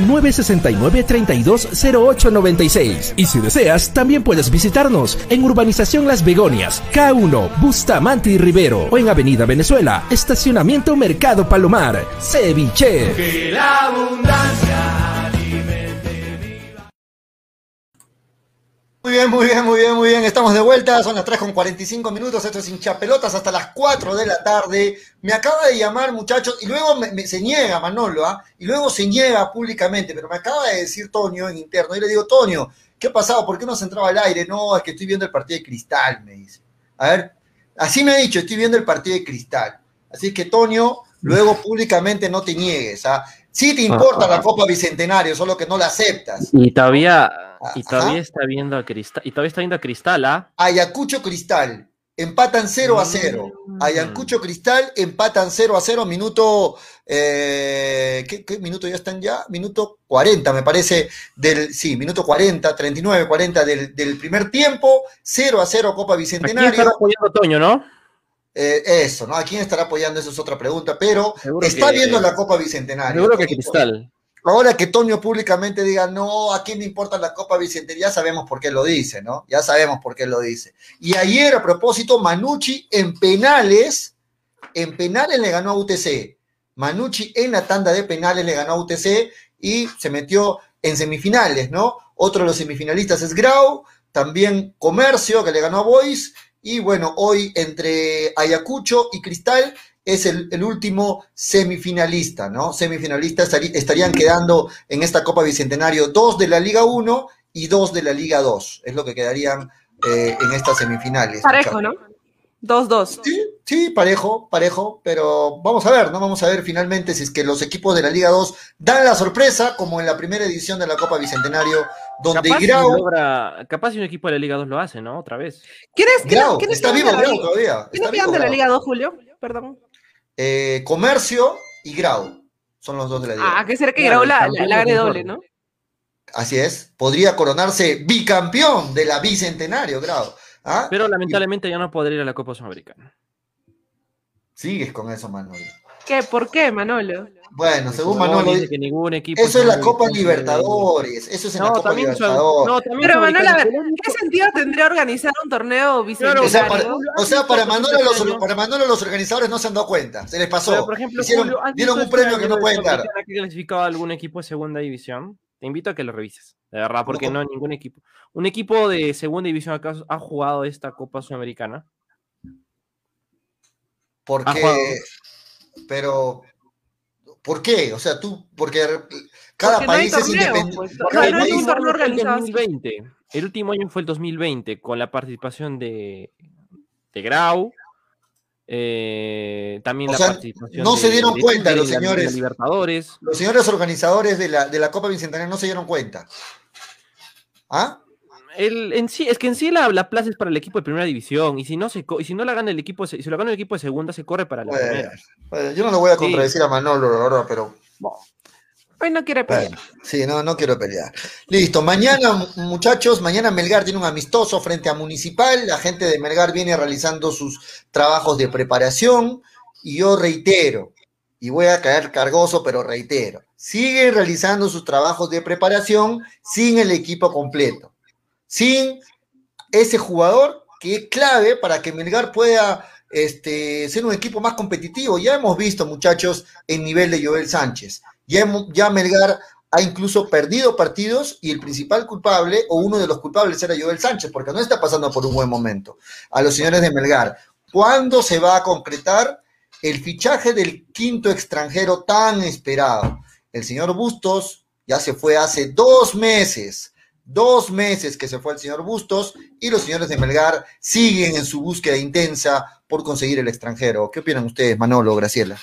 969-320896. Y si deseas, también puedes visitarnos en Urbanización Las Begonias, K1, Bustamante y Rivero, o en Avenida Venezuela, Estacionamiento Mercado Palomar. Ceviche. Que la abundancia alimente viva. Muy bien, muy bien, muy bien, muy bien. Estamos de vuelta, son las 3:45. Esto es Hinchapelotas hasta las 4 de la tarde. Me acaba de llamar, muchachos, y luego se niega Manolo, y luego se niega públicamente, pero me acaba de decir Tonio en interno, y le digo: Tonio, ¿qué ha pasado? ¿Por qué no se entraba al aire? No, es que estoy viendo el partido de Cristal, me dice. A ver, así me ha dicho, estoy viendo el partido de Cristal. Así que, Tonio, luego públicamente no te niegues. Sí te importa la Copa Bicentenario, solo que no la aceptas. Y todavía está viendo a Cristal. Y todavía está viendo a Cristal, Ayacucho Cristal. Empatan 0-0. Ayacucho Cristal empatan 0-0. Minuto. ¿Qué minuto ya están ya? Minuto 40, me parece. Minuto 40, 39, 40 del primer tiempo. 0-0 Copa Bicentenario. Aquí estará apoyando Toño, ¿no? Eso, ¿no? ¿A quién estará apoyando? Eso es otra pregunta. Pero está viendo la Copa Bicentenario. Seguro que Cristal. Ahora que Toño públicamente diga: no, ¿a quién le importa la Copa Bicentenario? Ya sabemos por qué lo dice, ¿no? Ya sabemos por qué lo dice. Y ayer, a propósito, Manucci en penales le ganó a UTC. Manucci en la tanda de penales le ganó a UTC y se metió en semifinales, ¿no? Otro de los semifinalistas es Grau, también Comercio, que le ganó a Boys, y bueno, hoy entre Ayacucho y Cristal es el último semifinalista, ¿no? Semifinalistas estarían quedando en esta Copa Bicentenario 2 de la Liga 1 y 2 de la Liga 2. Es lo que quedarían en estas semifinales. Parejo, ¿no? 2-2. Sí, parejo, pero vamos a ver, ¿no? Vamos a ver finalmente si es que los equipos de la Liga 2 dan la sorpresa, como en la primera edición de la Copa Bicentenario, donde Grau... Capaz si un equipo de la Liga 2 lo hace, ¿no? Otra vez. Grau, está vivo Grau todavía. ¿Quiénes quedan de la Liga 2, Julio? Perdón. Comercio y Grau son los dos de la Liga. Ah, que será que Grau la gane doble, ¿no? Así es, podría coronarse bicampeón de la Bicentenario, Grau. ¿Ah? Pero lamentablemente ya no podrá ir a la Copa Sudamericana. Sigues con eso, Manolo. ¿Qué? ¿Por qué, Manolo? Bueno, según Manolo, dice que ningún equipo eso es la Copa Libertadores. Eso es en la Copa Libertadores. Pero Manolo, a ver, ¿qué sentido tendría organizar un torneo bicentenario? O sea, para Manolo los organizadores no se han dado cuenta. Se les pasó. Pero, por ejemplo, dieron un premio que no pueden dar. ¿Ha clasificado algún equipo de segunda división? Te invito a que lo revises, de verdad, porque no ningún equipo. ¿Un equipo de segunda división acaso ha jugado esta Copa Sudamericana? Porque, pero, ¿por qué? O sea, porque cada país es independiente. El último año fue el 2020, con la participación de Grau. También la participación no se dieron cuenta los señores Libertadores. Los señores organizadores de la Copa Bicentenario no se dieron cuenta. ¿Ah? En sí la plaza es para el equipo de primera división, y si no la gana el equipo, si lo gana el equipo de segunda, se corre para la primera. Bueno, yo no lo voy a contradecir a Manolo, la verdad, pero hoy no quiere pelear. Sí, no quiero pelear. Listo, mañana, muchachos, mañana Melgar tiene un amistoso frente a Municipal. La gente de Melgar viene realizando sus trabajos de preparación. Y yo reitero, y voy a caer cargoso, pero reitero, siguen realizando sus trabajos de preparación sin el equipo completo. Sin ese jugador que es clave para que Melgar pueda ser un equipo más competitivo. Ya hemos visto, muchachos, el nivel de Joel Sánchez. Ya Melgar ha incluso perdido partidos y el principal culpable, o uno de los culpables, era Joel Sánchez, porque no está pasando por un buen momento. A los señores de Melgar, ¿cuándo se va a concretar el fichaje del quinto extranjero tan esperado? El señor Bustos ya se fue hace 2 meses. 2 meses que se fue el señor Bustos, y los señores de Melgar siguen en su búsqueda intensa por conseguir el extranjero. ¿Qué opinan ustedes, Manolo, Graciela?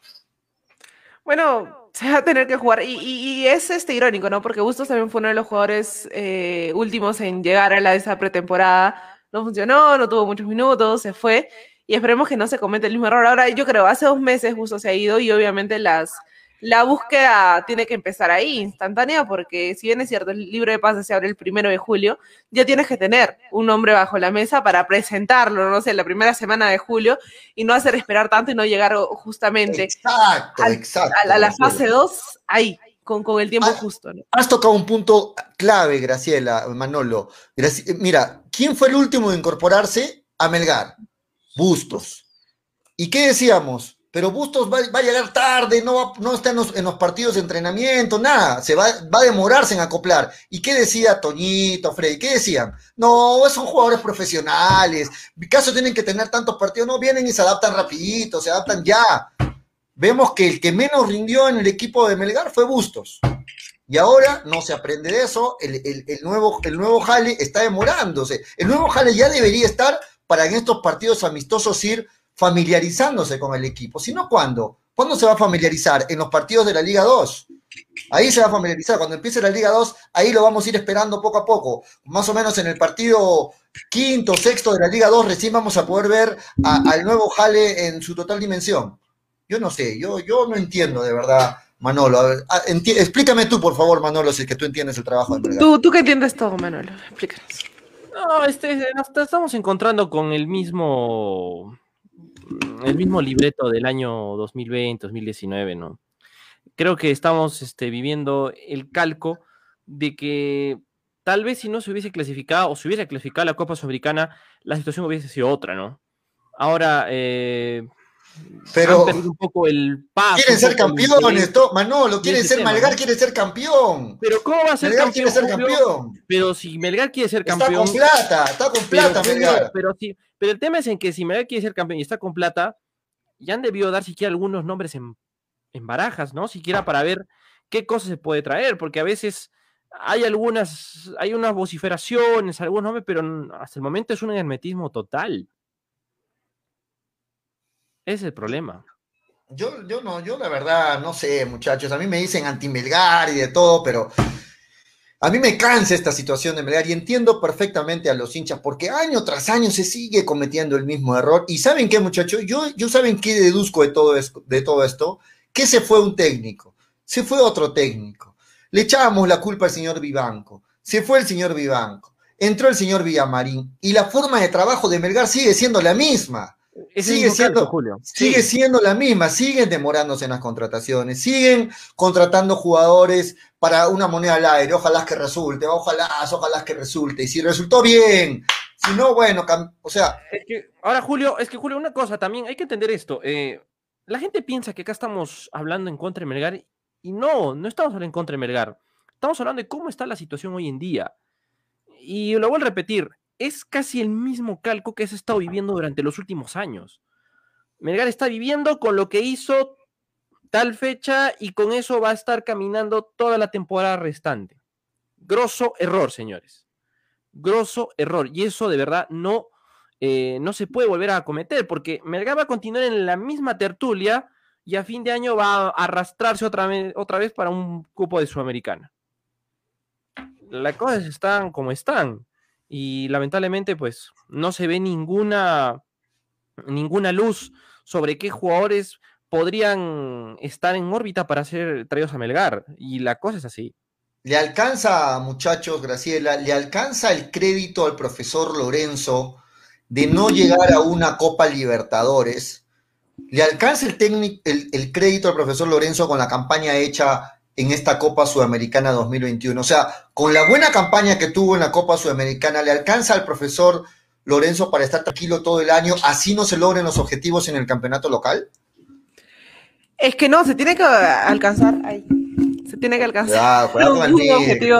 Bueno, se va a tener que jugar, y es irónico, ¿no? Porque Bustos también fue uno de los jugadores últimos en llegar a esa pretemporada. No funcionó, no tuvo muchos minutos, se fue, y esperemos que no se cometa el mismo error. Ahora, yo creo, hace 2 meses Bustos se ha ido, y obviamente la búsqueda tiene que empezar ahí, instantánea, porque si bien es cierto, el libro de pases se abre el 1 de julio, ya tienes que tener un nombre bajo la mesa para presentarlo, no sé, la primera semana de julio, y no hacer esperar tanto y no llegar justamente a la fase 2 ahí, con el tiempo justo, ¿no? Has tocado un punto clave, Graciela, Manolo. Mira, ¿quién fue el último en incorporarse a Melgar? Bustos. ¿Y qué decíamos? Pero Bustos va a llegar tarde, no está en los partidos de entrenamiento, nada, va a demorarse en acoplar. ¿Y qué decía Toñito, Freddy? ¿Qué decían? No, son jugadores profesionales, ¿acaso tienen que tener tantos partidos? No, vienen y se adaptan rapidito, se adaptan ya. Vemos que el que menos rindió en el equipo de Melgar fue Bustos. Y ahora no se aprende de eso, el nuevo Jale está demorándose. El nuevo Jale ya debería estar para en estos partidos amistosos ir familiarizándose con el equipo. Si no, ¿cuándo? ¿Cuándo se va a familiarizar? En los partidos de la Liga 2. Ahí se va a familiarizar. Cuando empiece la Liga 2, ahí lo vamos a ir esperando poco a poco. Más o menos en el partido 5º, 6º de la Liga 2, recién vamos a poder ver al nuevo Jale en su total dimensión. Yo no sé, yo no entiendo de verdad, Manolo. A ver, explícame tú, por favor, Manolo, si es que tú entiendes el trabajo de Melgar. ¿Tú que entiendes todo, Manolo? Explícanos. No, nos estamos encontrando con el mismo libreto del año 2020, 2019, ¿no? Creo que estamos viviendo el calco de que tal vez si no se hubiese clasificado o se hubiese clasificado la Copa Sudamericana, la situación hubiese sido otra, ¿no? Ahora, pero han perdido un poco el paso. Quieren ser campeones, Manolo, Melgar quiere ser campeón. Pero ¿cómo va a ser Melgar campeón? Quiere ser campeón. Pero si Melgar quiere ser campeón. Está con plata, Melgar. Pero el tema es en que si Melgar quiere ser campeón y está con plata, ya han debido dar siquiera algunos nombres en barajas, ¿no? Siquiera para ver qué cosas se puede traer, porque a veces hay unas vociferaciones, algunos nombres, pero hasta el momento es un hermetismo total. Ese es el problema. Yo la verdad no sé, muchachos. A mí me dicen anti-Melgar y de todo, pero a mí me cansa esta situación de Melgar y entiendo perfectamente a los hinchas porque año tras año se sigue cometiendo el mismo error. ¿Y saben qué, muchachos? Yo ¿saben qué deduzco de todo esto? Que se fue un técnico, se fue otro técnico. Le echábamos la culpa al señor Vivanco, se fue el señor Vivanco, entró el señor Villamarín y la forma de trabajo de Melgar sigue siendo la misma. Sigue siendo la misma, siguen demorándose en las contrataciones, siguen contratando jugadores para una moneda al aire, ojalá que resulte, ojalá que resulte, y si resultó bien, si no, bueno, o sea... Julio, una cosa también, hay que entender esto, la gente piensa que acá estamos hablando en contra de Melgar, y no estamos hablando en contra de Melgar, estamos hablando de cómo está la situación hoy en día, y lo vuelvo a repetir, es casi el mismo calco que se ha estado viviendo durante los últimos años. Melgar está viviendo con lo que hizo tal fecha y con eso va a estar caminando toda la temporada restante. Grosso error, señores. Grosso error. Y eso de verdad no se puede volver a cometer porque Melgar va a continuar en la misma tertulia y a fin de año va a arrastrarse otra vez para un cupo de Sudamericana. Las cosas están como están. Y lamentablemente pues no se ve ninguna luz sobre qué jugadores podrían estar en órbita para ser traídos a Melgar, y la cosa es así. ¿Le alcanza, muchachos, Graciela, le alcanza el crédito al profesor Lorenzo de no llegar a una Copa Libertadores? ¿Le alcanza el crédito al profesor Lorenzo con la campaña hecha en esta Copa Sudamericana 2021? O sea, con la buena campaña que tuvo en la Copa Sudamericana, ¿le alcanza al profesor Lorenzo para estar tranquilo todo el año, así no se logren los objetivos en el campeonato local? Es que no, se tiene que alcanzar ahí. Se tiene que alcanzar. Cuidado con el micro.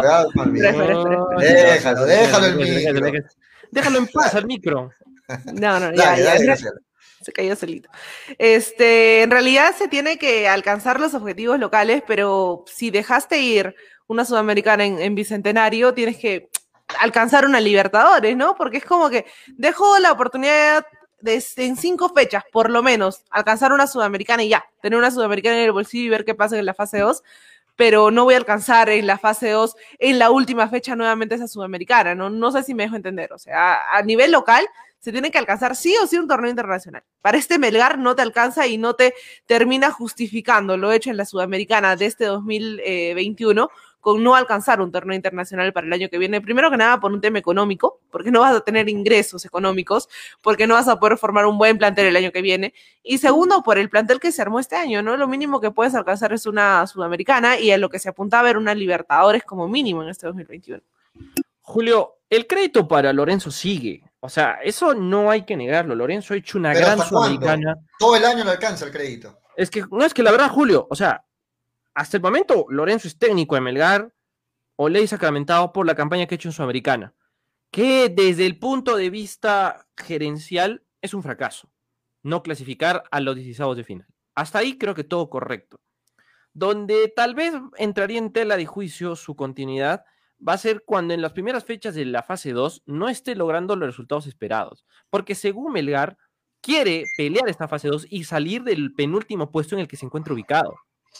Déjalo el micro. Déjalo en paz al micro. No, ya. Se cayó solito. En realidad se tiene que alcanzar los objetivos locales, pero si dejaste ir una Sudamericana en Bicentenario, tienes que alcanzar una Libertadores, ¿no? Porque es como que dejo la oportunidad en 5 fechas, por lo menos, alcanzar una Sudamericana y ya, tener una Sudamericana en el bolsillo y ver qué pasa en la fase 2, pero no voy a alcanzar en la fase 2, en la última fecha nuevamente esa Sudamericana, ¿no? No sé si me dejo entender, o sea, a nivel local se tiene que alcanzar sí o sí un torneo internacional. Para este Melgar no te alcanza y no te termina justificando lo hecho en la Sudamericana de este 2021 con no alcanzar un torneo internacional para el año que viene. Primero que nada por un tema económico, porque no vas a tener ingresos económicos, porque no vas a poder formar un buen plantel el año que viene. Y segundo, por el plantel que se armó este año, ¿no? Lo mínimo que puedes alcanzar es una Sudamericana y a lo que se apuntaba era una Libertadores como mínimo en este 2021. Julio, el crédito para Lorenzo sigue. O sea, eso no hay que negarlo. Lorenzo ha hecho una gran Sudamericana. Todo el año le alcanza el crédito. Es que la verdad, Julio, o sea, hasta el momento Lorenzo es técnico de Melgar o ley sacramentado por la campaña que ha hecho en Sudamericana, que desde el punto de vista gerencial es un fracaso. No clasificar a los 16avos de final. Hasta ahí creo que todo correcto. Donde tal vez entraría en tela de juicio su continuidad va a ser cuando en las primeras fechas de la fase 2 no esté logrando los resultados esperados. Porque según Melgar, quiere pelear esta fase 2 y salir del penúltimo puesto en el que se encuentra ubicado.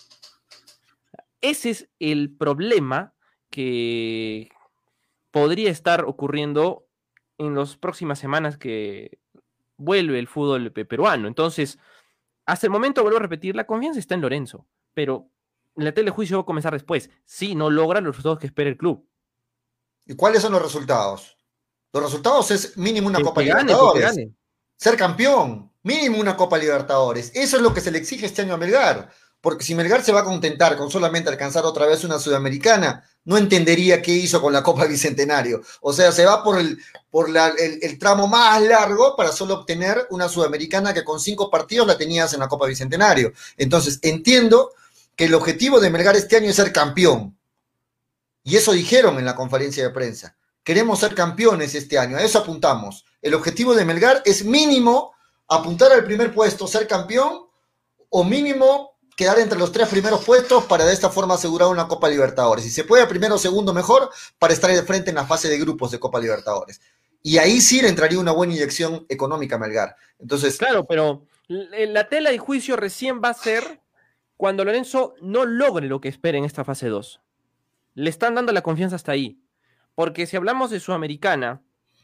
Ese es el problema que podría estar ocurriendo en las próximas semanas que vuelve el fútbol peruano. Entonces, hasta el momento, vuelvo a repetir, la confianza está en Lorenzo, pero la telejuicio va a comenzar después, si no logra los resultados que espera el club. ¿Y cuáles son los resultados? Los resultados es mínimo una Copa Libertadores. Ser campeón, mínimo una Copa Libertadores. Eso es lo que se le exige este año a Melgar. Porque si Melgar se va a contentar con solamente alcanzar otra vez una Sudamericana, no entendería qué hizo con la Copa Bicentenario. O sea, se va por el tramo más largo para solo obtener una Sudamericana que con 5 partidos la tenías en la Copa Bicentenario. Entonces, entiendo que el objetivo de Melgar este año es ser campeón. Y eso dijeron en la conferencia de prensa. Queremos ser campeones este año, a eso apuntamos. El objetivo de Melgar es mínimo apuntar al primer puesto, ser campeón, o mínimo quedar entre los 3 primeros puestos para de esta forma asegurar una Copa Libertadores. Si se puede primero o segundo, mejor, para estar de frente en la fase de grupos de Copa Libertadores. Y ahí sí le entraría una buena inyección económica a Melgar. Entonces, claro, pero La tela de juicio recién va a ser cuando Lorenzo no logre lo que espera en esta fase 2. Le están dando la confianza hasta ahí. Porque si hablamos de Sudamericana,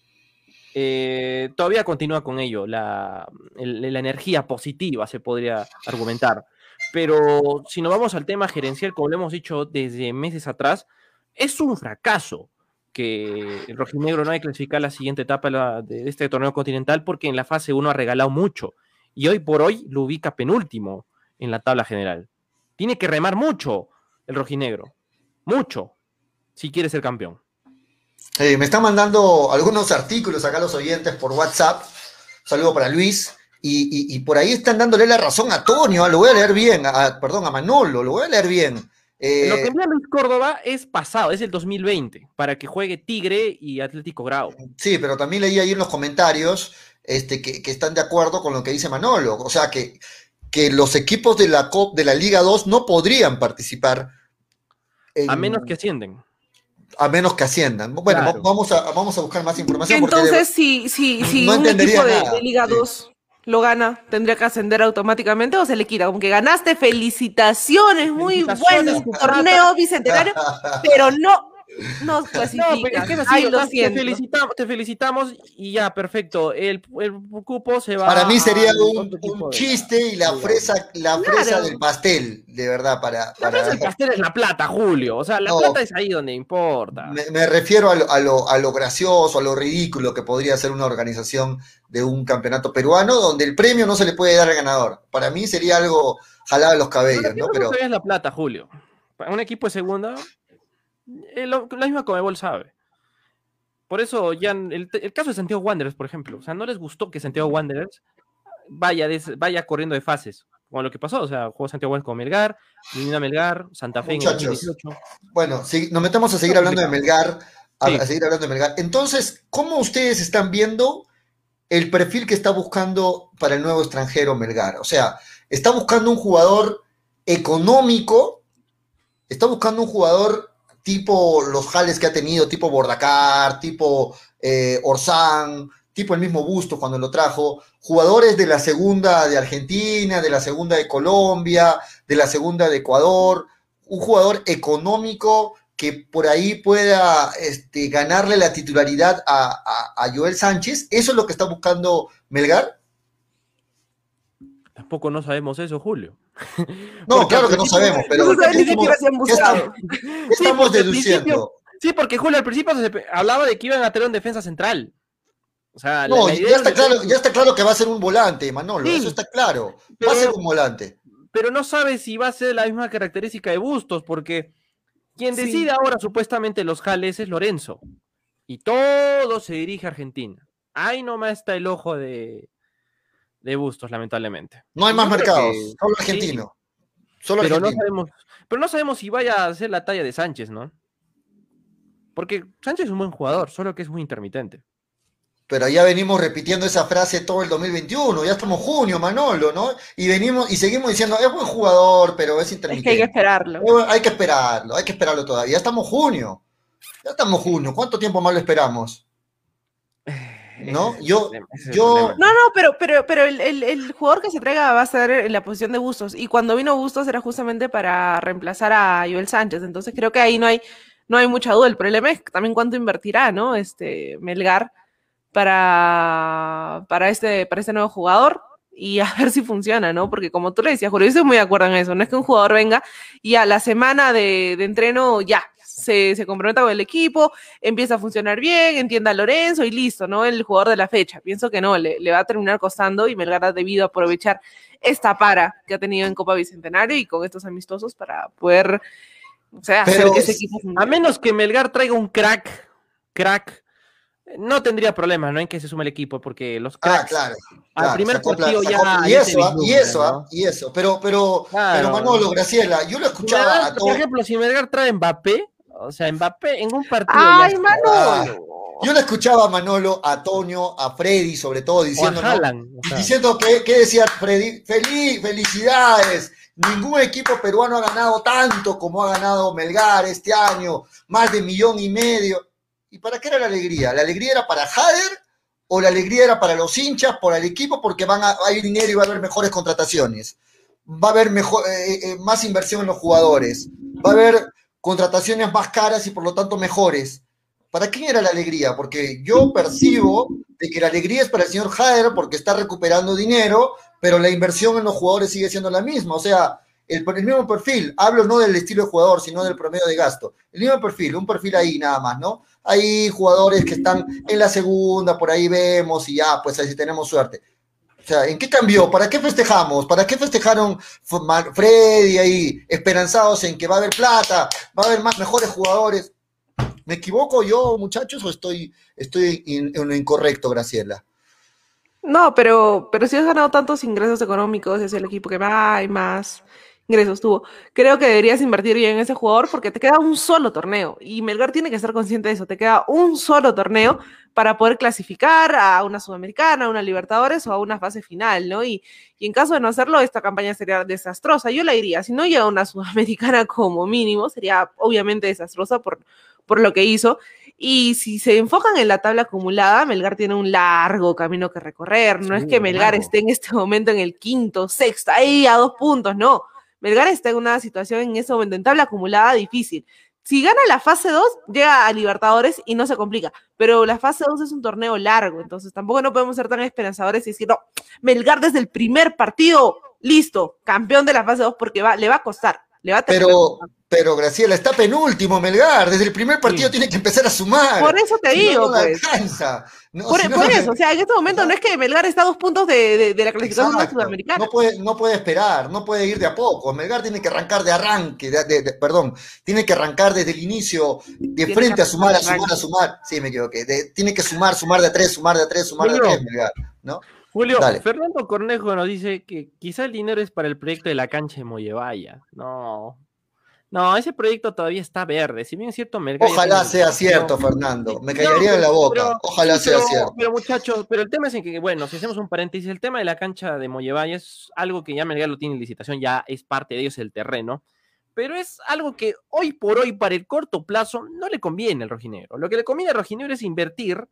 todavía continúa con ello. La energía positiva se podría argumentar. Pero si nos vamos al tema gerencial, como lo hemos dicho desde meses atrás, es un fracaso que el rojinegro no haya clasificado a la siguiente etapa de este torneo continental, porque en la fase 1 ha regalado mucho. Y hoy por hoy lo ubica penúltimo en la tabla general. Tiene que remar mucho el rojinegro. Mucho. Si quiere ser campeón. Me están mandando algunos artículos acá los oyentes por WhatsApp. Un saludo para Luis. Y por ahí están dándole la razón a Tonio. Lo voy a leer bien. Perdón, a Manolo. Lo voy a leer bien. Lo que envía Luis Córdoba es pasado, es el 2020, para que juegue Tigre y Atlético Grau. Sí, pero también leí ahí en los comentarios que están de acuerdo con lo que dice Manolo. O sea, que los equipos de la Liga 2 no podrían participar. A menos que ascienden. A menos que asciendan. Bueno, claro. vamos a buscar más información. Entonces, si no un equipo nada. de Liga 2 lo gana, ¿tendría que ascender automáticamente o se le quita? Como que ganaste, felicitaciones, muy bueno torneo bicentenario, pero no clasifica. No, pero es que así, lo te felicitamos y ya, perfecto. El cupo se va. Para mí sería un chiste y la fresa del pastel, de verdad. La fresa del pastel es la plata, Julio. O sea, la plata es ahí donde importa. Me refiero a lo gracioso, a lo ridículo que podría ser una organización de un campeonato peruano donde el premio no se le puede dar al ganador. Para mí sería algo jalado de los cabellos, ¿no? Pero es la plata, Julio. Para un equipo de segunda. La misma Conmebol sabe. Por eso ya el caso de Santiago Wanderers, por ejemplo, o sea, no les gustó que Santiago Wanderers vaya corriendo de fases, como lo que pasó, o sea, jugó Santiago Wanderers con Melgar, eliminó a Melgar, Santa Fe en el 2018. Bueno, nos metemos a seguir hablando de Melgar, a seguir hablando de Melgar. Entonces, ¿cómo ustedes están viendo el perfil que está buscando para el nuevo extranjero Melgar? O sea, está buscando un jugador económico, está buscando un jugador tipo los jales que ha tenido, tipo Bordacar, tipo Orsán, tipo el mismo Bustos cuando lo trajo, jugadores de la segunda de Argentina, de la segunda de Colombia, de la segunda de Ecuador, un jugador económico que por ahí pueda ganarle la titularidad a Joel Sánchez. ¿Eso es lo que está buscando Melgar? Tampoco no sabemos eso, Julio. No, claro que no sabemos, pero ¿qué estamos deduciendo? Sí, porque Julio al principio hablaba de que iban a tener un defensa central. O sea, no, ya está claro que va a ser un volante, Manolo, sí, eso está claro. Va a ser un volante. Pero no sabe si va a ser la misma característica de Bustos, porque quien decide ahora supuestamente los jales es Lorenzo. Y todo se dirige a Argentina. Ahí nomás está el ojo de Bustos, lamentablemente. No hay más mercados, solo argentino. Sí, solo argentino. No sabemos si vaya a ser la talla de Sánchez, ¿no? Porque Sánchez es un buen jugador, solo que es muy intermitente. Pero ya venimos repitiendo esa frase todo el 2021, ya estamos junio, Manolo, ¿no? Y seguimos diciendo, es buen jugador, pero es intermitente. Es que hay que esperarlo. Hay que esperarlo todavía. Ya estamos junio. ¿Cuánto tiempo más lo esperamos? ¿No? Pero el jugador que se traiga va a ser en la posición de Bustos, y cuando vino Bustos era justamente para reemplazar a Joel Sánchez, entonces creo que ahí no hay mucha duda. El problema es también cuánto invertirá, ¿no? Melgar para este nuevo jugador, y a ver si funciona, ¿no? Porque como tú le decías, Julio, yo estoy muy de acuerdo en eso, no es que un jugador venga y a la semana de entreno ya se comprometa con el equipo, empieza a funcionar bien, entienda a Lorenzo y listo, ¿no? El jugador de la fecha. Pienso que no, le va a terminar costando, y Melgar ha debido aprovechar esta para que ha tenido en Copa Bicentenario y con estos amistosos para poder, o sea, hacer que ese equipo funcione. A menos que Melgar traiga un crack, no tendría problemas, ¿no? En que se sume el equipo, porque los cracks claro, al primer partido y eso. Pero Manolo, Graciela, yo lo escuchaba por ejemplo, si Melgar trae Mbappé, o sea, Mbappé en un partido. ¡Ay, Manolo! Yo le escuchaba a Manolo, a Toño, a Freddy, sobre todo, diciendo, diciendo que decía Freddy, felicidades, ningún equipo peruano ha ganado tanto como ha ganado Melgar este año, más de 1,5 millones. ¿Y para qué era la alegría? ¿La alegría era para Jader o la alegría era para los hinchas, por el equipo, porque va a ir dinero y va a haber mejores contrataciones? Va a haber más inversión en los jugadores, va a haber contrataciones más caras y por lo tanto mejores. ¿Para quién era la alegría? Porque yo percibo de que la alegría es para el señor Jader porque está recuperando dinero, pero la inversión en los jugadores sigue siendo la misma. O sea, el mismo perfil, hablo no del estilo de jugador, sino del promedio de gasto. El mismo perfil, un perfil ahí nada más, ¿no? Hay jugadores que están en la segunda, por ahí vemos y ya, pues ahí sí tenemos suerte. O sea, ¿en qué cambió? ¿Para qué festejamos? ¿Para qué festejaron Freddy ahí, esperanzados en que va a haber plata, va a haber mejores jugadores? ¿Me equivoco yo, muchachos, o estoy en lo incorrecto, Graciela? No, pero si has ganado tantos ingresos económicos, es el equipo que más ingresos tuvo. Creo que deberías invertir bien en ese jugador porque te queda un solo torneo y Melgar tiene que estar consciente de eso. Te queda un solo torneo para poder clasificar a una Sudamericana, a una Libertadores o a una fase final, ¿no? Y en caso de no hacerlo, esta campaña sería desastrosa. Yo la diría, si no llega a una Sudamericana como mínimo, sería obviamente desastrosa por lo que hizo. Y si se enfocan en la tabla acumulada, Melgar tiene un largo camino que recorrer. No es que Melgar esté en este momento en el quinto, sexto, ahí a 2 puntos, no. Melgar está en una situación en ese momento en tabla acumulada difícil. Si gana la fase 2, llega a Libertadores y no se complica. Pero la fase 2 es un torneo largo, entonces tampoco no podemos ser tan esperanzadores y decir, no, Melgar desde el primer partido, listo, campeón de la fase 2 porque le va a costar. Le va a tener pero Graciela, está penúltimo Melgar, desde el primer partido tiene que empezar a sumar. Por eso te digo, no pues. Alcanza. No, por eso, o sea, en este momento no es que Melgar está a 2 puntos de la clasificación sudamericana. No puede esperar, no puede ir de a poco. Melgar tiene que arrancar de arranque, tiene que arrancar desde el inicio, de frente a sumar. Sí, me equivoqué. Tiene que sumar de a 3, Melgar, ¿no? Julio, Dale. Fernando Cornejo nos dice que quizá el dinero es para el proyecto de la cancha de Mollevaya. No, ese proyecto todavía está verde. Si bien es cierto, Melgar. Ojalá sea cierto, Fernando. Me callaría en la boca. Ojalá sea cierto. Pero muchachos, el tema es en que, bueno, si hacemos un paréntesis, el tema de la cancha de Mollevaya es algo que ya Melgar lo tiene en licitación, ya es parte de ellos el terreno. Pero es algo que hoy por hoy, para el corto plazo, no le conviene al rojinegro. Lo que le conviene al rojinegro es invertir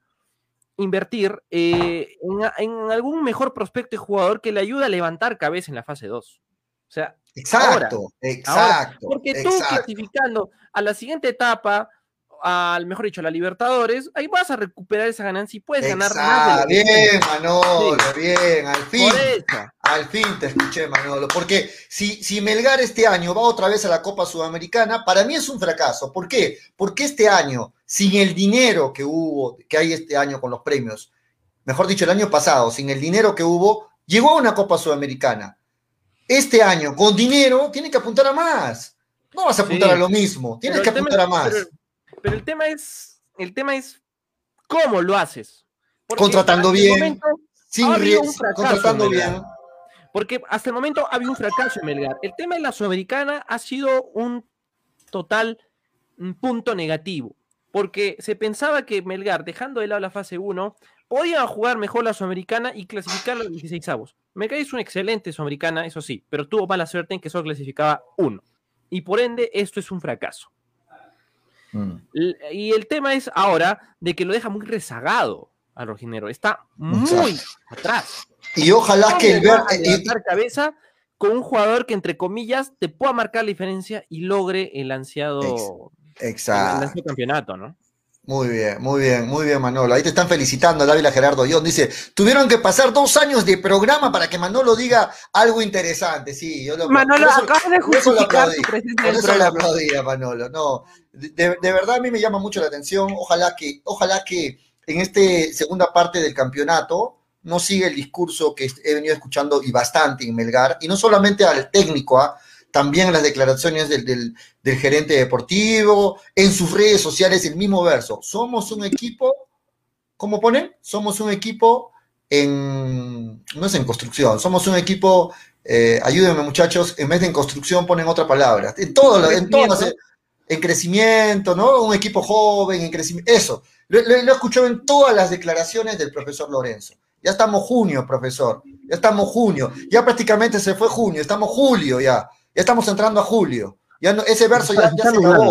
en algún mejor prospecto y jugador que le ayude a levantar cabeza en la fase 2. O sea, exacto. Porque tú clasificando a la siguiente etapa, mejor dicho, a la Libertadores, ahí vas a recuperar esa ganancia y puedes ganar más. Bien, Manolo, bien, al fin te escuché, Manolo, porque si Melgar este año va otra vez a la Copa Sudamericana, para mí es un fracaso. ¿Por qué? Porque este año, sin el dinero que hay este año con los premios, mejor dicho, el año pasado, sin el dinero que hubo, llegó a una Copa Sudamericana. Este año, con dinero, tiene que apuntar a más. No vas a apuntar a lo mismo, tienes que apuntar a más. Pero el tema es cómo lo haces. Porque contratando bien, contratando bien. Porque hasta el momento había un fracaso en Melgar. El tema de la Sudamericana ha sido un total punto negativo. Porque se pensaba que Melgar, dejando de lado la fase 1, podía jugar mejor la Sudamericana y clasificar a los 16avos. Melgar es una excelente Sudamericana, eso sí, pero tuvo mala suerte en que solo clasificaba 1. Y por ende, esto es un fracaso. Y el tema es ahora de que lo deja muy rezagado al rojinegro. Está muy atrás. Y ojalá que el levantar cabeza con un jugador que, entre comillas, te pueda marcar la diferencia y logre el ansiado campeonato, ¿no? Muy bien, Manolo. Ahí te están felicitando, Dávila Gerardo John. Dice, tuvieron que pasar 2 años de programa para que Manolo diga algo interesante. Sí, Manolo, acabas de justificar tu presencia en el programa. Por eso le aplaudía, Manolo. No, de verdad a mí me llama mucho la atención. Ojalá que en esta segunda parte del campeonato no siga el discurso que he venido escuchando y bastante en Melgar, y no solamente al técnico, también en las declaraciones del gerente deportivo, en sus redes sociales, el mismo verso. Somos un equipo, ¿cómo ponen? Somos un equipo no es en construcción, somos un equipo, ayúdenme muchachos, en vez de en construcción ponen otra palabra. En crecimiento, ¿no? Un equipo joven, en crecimiento, eso. Lo escuchó en todas las declaraciones del profesor Lorenzo. Ya estamos junio, profesor, ya prácticamente se fue junio, estamos julio ya. Ya estamos entrando a julio. Ese verso ya se acabó.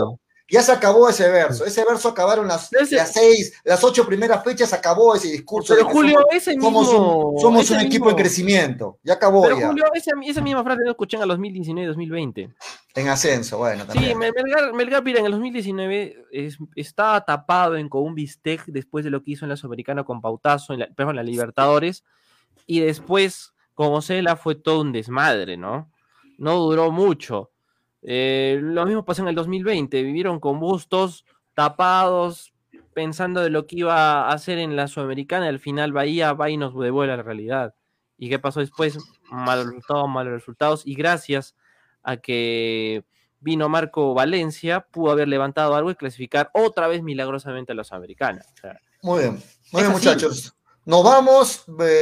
Ya se acabó ese verso. Ese verso acabaron las 8 primeras fechas, acabó ese discurso. Pero Julio, somos un equipo en crecimiento. Ya acabó. Pero ya. Julio, esa misma frase no escuché en el 2019-2020. En ascenso, bueno, también. Sí, Melgar, mira, en el 2019 estaba tapado con un bistec después de lo que hizo en la Sudamericana con Pautazo, en la Libertadores, y después, como Cela, fue todo un desmadre, ¿no? No duró mucho. Lo mismo pasó en el 2020, vivieron con bustos tapados, pensando de lo que iba a hacer en la Sudamericana, y al final Bahía va y nos devuelve a la realidad. ¿Y qué pasó después? Malos resultados, y gracias a que vino Marco Valencia, pudo haber levantado algo y clasificar otra vez milagrosamente a la Sudamericana. O sea, muy bien, muchachos. Nos vamos,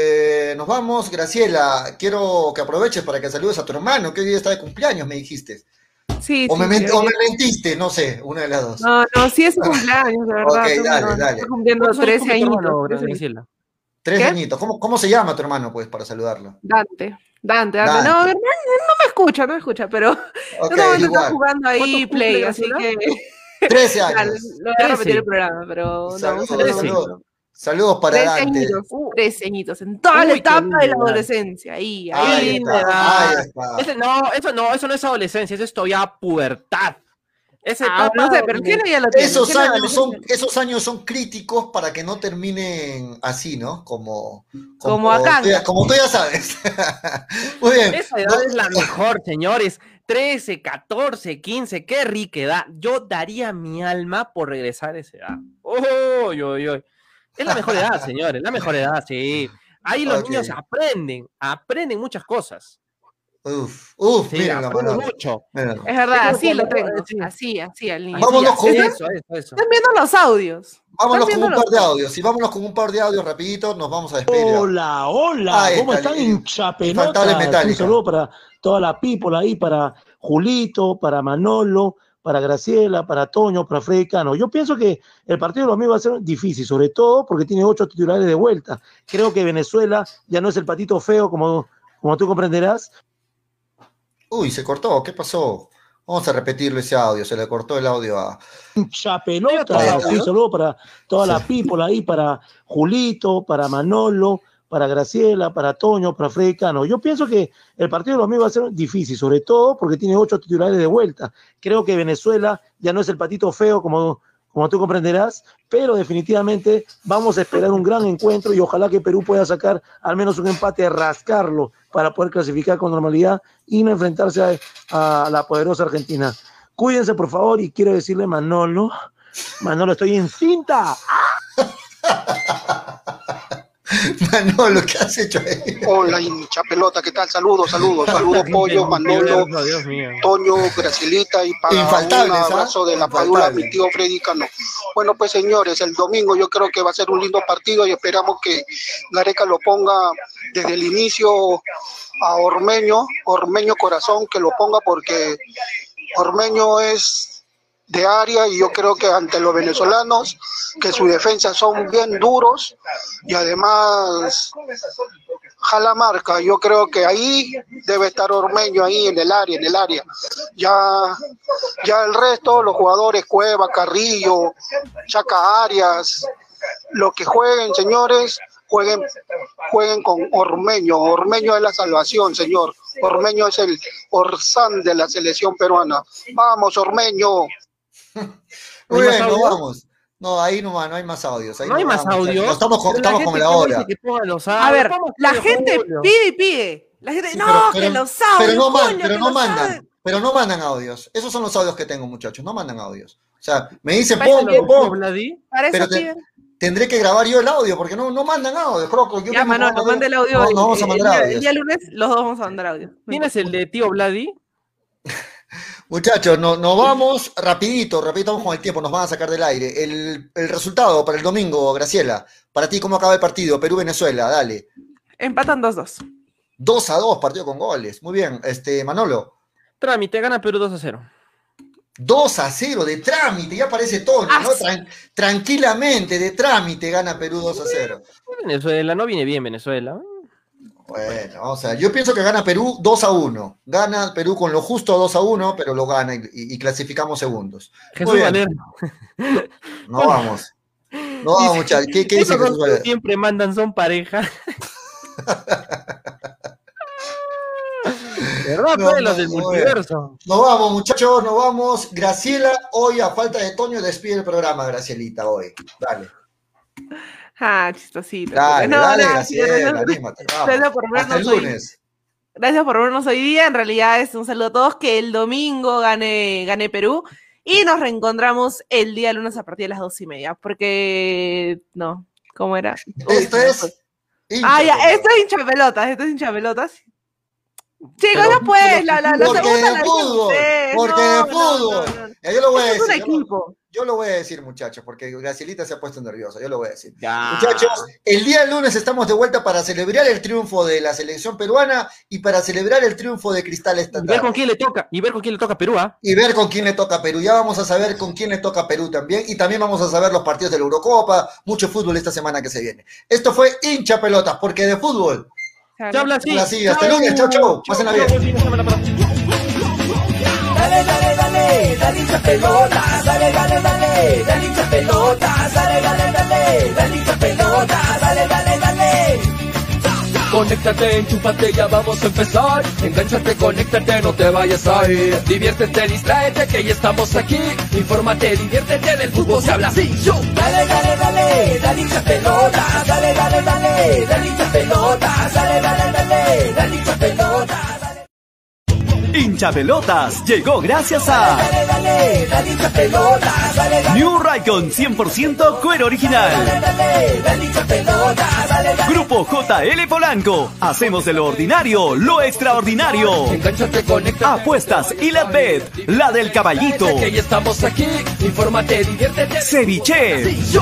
Graciela. Quiero que aproveches para que saludes a tu hermano, que hoy día está de cumpleaños, me dijiste. Sí, o me mentiste, no sé, una de las dos. No, sí es su cumpleaños, de verdad. Ok, dale. Está cumpliendo 13 añitos. 13 añitos. ¿Cómo se llama tu hermano, pues, para saludarlo? Dante. No me escucha, pero está jugando ahí Play, así que... 13 años. Lo voy a repetir el programa, pero Saludos para Dante. 13 añitos, en toda la etapa de la adolescencia. Ahí está. Eso no es adolescencia, eso es todavía pubertad. No sé, pero ¿quién ya lo tiene? Esos años son críticos para que no terminen así, ¿no? Como acá. Como tú ya sabes. Muy bien. Esa edad es la mejor, señores. 13, 14, 15, qué rica edad. Yo daría mi alma por regresar a esa edad. Es la mejor edad, señores, la mejor edad, sí. Ahí los niños aprenden muchas cosas. Sí, aprenden mucho. Es verdad, así lo tengo, así al niño. Vámonos con eso. Están viendo los audios. Vámonos con un par de audios. Y vámonos con un par de audios rapidito, nos vamos a despedir. Hola, ¿cómo están, hinchapelotas? Un saludo para toda la people ahí, para Julito, para Manolo, para Graciela, para Toño, para Freddy Cano. Yo pienso que el partido de los amigos va a ser difícil, sobre todo porque tiene 8 titulares de vuelta. Creo que Venezuela ya no es el patito feo, como tú comprenderás. Uy, se cortó, ¿qué pasó? Vamos a repetirlo ese audio, se le cortó el audio a... Chapelota, un saludo para toda la people ahí, para Julito, para Manolo, para Graciela, para Toño, para Freddy Cano. Yo pienso que el partido de los amigos va a ser difícil, sobre todo porque tiene 8 titulares de vuelta. Creo que Venezuela ya no es el patito feo, como tú comprenderás, pero definitivamente vamos a esperar un gran encuentro y ojalá que Perú pueda sacar al menos un empate, rascarlo para poder clasificar con normalidad y no enfrentarse a la poderosa Argentina. Cuídense, por favor, y quiero decirle, Manolo, estoy en cinta. Manolo, ¿qué has hecho ahí? Hola, hinchapelota, ¿qué tal? Saludos, Pollo, Manolo, Toño, Gracielita y para un abrazo de la Padula, mi tío Freddy Cano. Bueno, pues señores, el domingo yo creo que va a ser un lindo partido y esperamos que Gareca lo ponga desde el inicio a Ormeño Corazón, que lo ponga porque Ormeño es de área y yo creo que ante los venezolanos que su defensa son bien duros y además jala marca. Yo creo que ahí debe estar Ormeño ahí en el área. Ya el resto, los jugadores Cueva, Carrillo, Chaca Arias, los que jueguen, señores, jueguen con Ormeño. Ormeño es la salvación, señor. Ormeño es el Orsán de la selección peruana. Vamos, Ormeño. Muy bien, nos vamos. No, ahí no hay más audios. No hay más audios. Estamos con la hora. A ver, la gente pide y pide. La gente, que los audios. Pero no mandan audios. Esos son los audios que tengo, muchachos. No mandan audios. O sea, me dicen, pero tendré que grabar yo el audio porque no mandan audio. Ya, Manolo, mande el audio. No vamos a mandar audio. El día lunes los dos vamos a mandar audio. ¿Tienes el de tío Vladi? Muchachos, nos vamos rapidito vamos con el tiempo, nos van a sacar del aire. El resultado para el domingo, Graciela. Para ti, ¿cómo acaba el partido? Perú-Venezuela, dale. Empatan 2-2. 2-2, partido con goles. Muy bien. Manolo. Trámite, gana Perú 2-0. 2-0 de trámite, ya parece Toño, ¿no? Tranquilamente, de trámite gana Perú 2-0. Venezuela, no viene bien Venezuela. Bueno, vamos a ver. Yo pienso que gana Perú 2-1. Gana Perú con lo justo 2-1, pero lo gana y clasificamos segundos. Jesús Valero. No vamos. No vamos, muchachos. ¿Qué dice Jesús Valero? Siempre mandan son pareja. ¿Verdad? Pues, los del multiverso. Nos vamos, muchachos, nos vamos. Graciela, hoy a falta de Toño, despide el programa, Gracielita, hoy. Dale. Chistosito. Dale, Graciela, anímate. Gracias por vernos hasta el lunes. Gracias por vernos hoy día. En realidad es un saludo a todos. Que el domingo gane Perú. Y nos reencontramos el día lunes a partir de las 2:30. Porque, no, ¿cómo era? Esto es esto es hincha pelotas. Chicos, no puedes, la porque segunda de fútbol, porque de fútbol. Yo lo voy a decir. Es un equipo. Yo lo voy a decir, muchachos, porque Gracielita se ha puesto nerviosa. Yo lo voy a decir. Muchachos, el día lunes estamos de vuelta para celebrar el triunfo de la selección peruana y para celebrar el triunfo de Cristal esta tarde. Y ver con quién le toca a Perú, ¿ah? Y ver con quién le toca a Perú. Ya vamos a saber con quién le toca a Perú también. Y también vamos a saber los partidos de la Eurocopa. Mucho fútbol esta semana que se viene. Esto fue Hincha Pelotas, porque de fútbol. Chao, Blasi. Hasta el lunes. Chau. Pásenla bien. Dale hincha pelotas, dale hincha pelotas, dale hincha pelotas, dale. Conéctate, enchúfate, ya vamos a empezar. Engánchate, conéctate, no te vayas a ir. Diviértete, distráete, que ya estamos aquí. Infórmate, diviértete, del fútbol se habla así. Dale hincha pelotas, dale hincha pelotas, dale hincha pelotas. Hincha Pelotas llegó gracias a Hincha pelotas, New Raycon 100% cuero original. Hincha pelotas, Grupo JL Polanco. Hacemos de lo ordinario lo extraordinario. Engánchate, conéctate. Apuestas y la bet, la del caballito. Que ya estamos aquí. Infórmate, diviértete. Ceviche.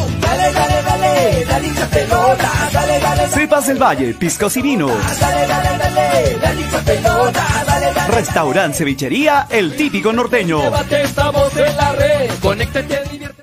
Dale hincha pelotas, dale. Cepas del Valle, piscos y vinos. Dale hincha pelotas, dale. Restaurant Cevichería, el típico norteño. Estamos en la red. Conéctate, diviértete.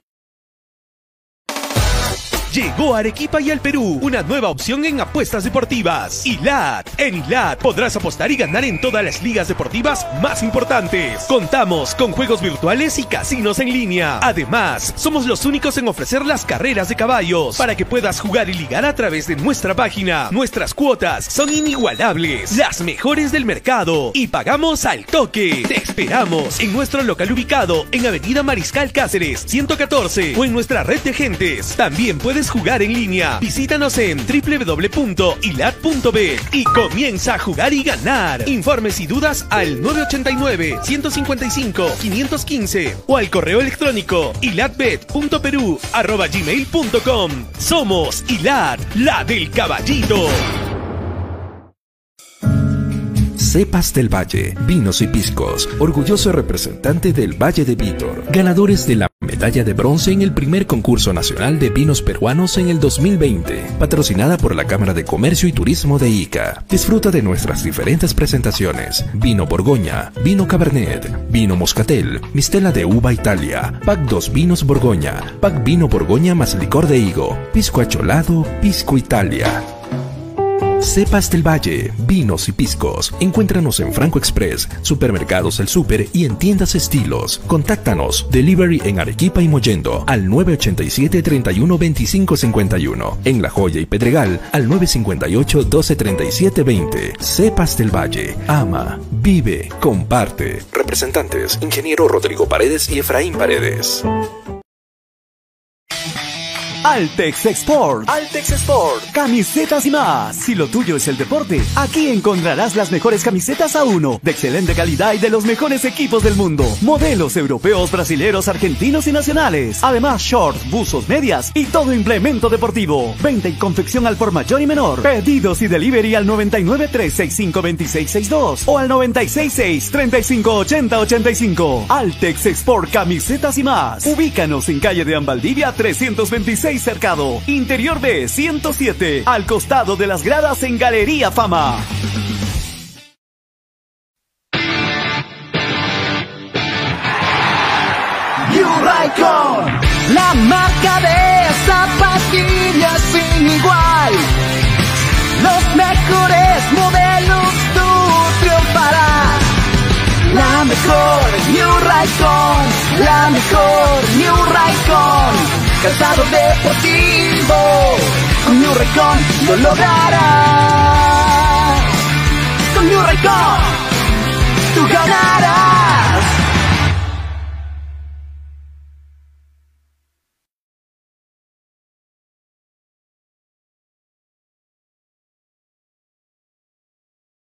Llegó a Arequipa y al Perú una nueva opción en apuestas deportivas. ILAT. En ILAT podrás apostar y ganar en todas las ligas deportivas más importantes. Contamos con juegos virtuales y casinos en línea. Además, somos los únicos en ofrecer las carreras de caballos para que puedas jugar y ligar a través de nuestra página. Nuestras cuotas son inigualables, las mejores del mercado y pagamos al toque. Te esperamos en nuestro local ubicado en Avenida Mariscal Cáceres 114 o en nuestra red de agentes. También puedes jugar en línea. Visítanos en www.ilat.bet y comienza a jugar y ganar. Informes y dudas al 989-155-515 o al correo electrónico ilatbet.peru@gmail.com. Somos Ilat, la del caballito. Cepas del Valle, vinos y piscos, orgulloso representante del Valle de Vítor, ganadores de la medalla de bronce en el primer concurso nacional de vinos peruanos en el 2020, patrocinada por la Cámara de Comercio y Turismo de Ica. Disfruta de nuestras diferentes presentaciones: vino Borgoña, vino Cabernet, vino Moscatel, mistela de uva Italia, pack 2 vinos Borgoña, pack vino Borgoña más licor de higo, pisco acholado, pisco Italia. Cepas del Valle, vinos y piscos. Encuéntranos en Franco Express, Supermercados El Super y en tiendas Estilos. Contáctanos, delivery en Arequipa y Mollendo al 987-312551. En La Joya y Pedregal al 958-123720. Cepas del Valle. Ama, vive, comparte. Representantes, Ingeniero Rodrigo Paredes y Efraín Paredes. Altex Export. Camisetas y más. Si lo tuyo es el deporte, aquí encontrarás las mejores camisetas a uno, de excelente calidad y de los mejores equipos del mundo. Modelos europeos, brasileros, argentinos y nacionales. Además, shorts, buzos, medias y todo implemento deportivo. Venta y confección al por mayor y menor. Pedidos y delivery al 993652662 o al 966358085. Altex Export Camisetas y más. Ubícanos en calle de Ambaldivia 326 Cercado, Interior B 107, al costado de las gradas en Galería Fama. New Raycon, la marca de zapatillas sin igual. los mejores modelos tú triunfarás. La mejor New Raycon, la mejor New Raycon, calzado deportivo, con New Raycon lo lograrás. Con New Raycon, tú ganarás.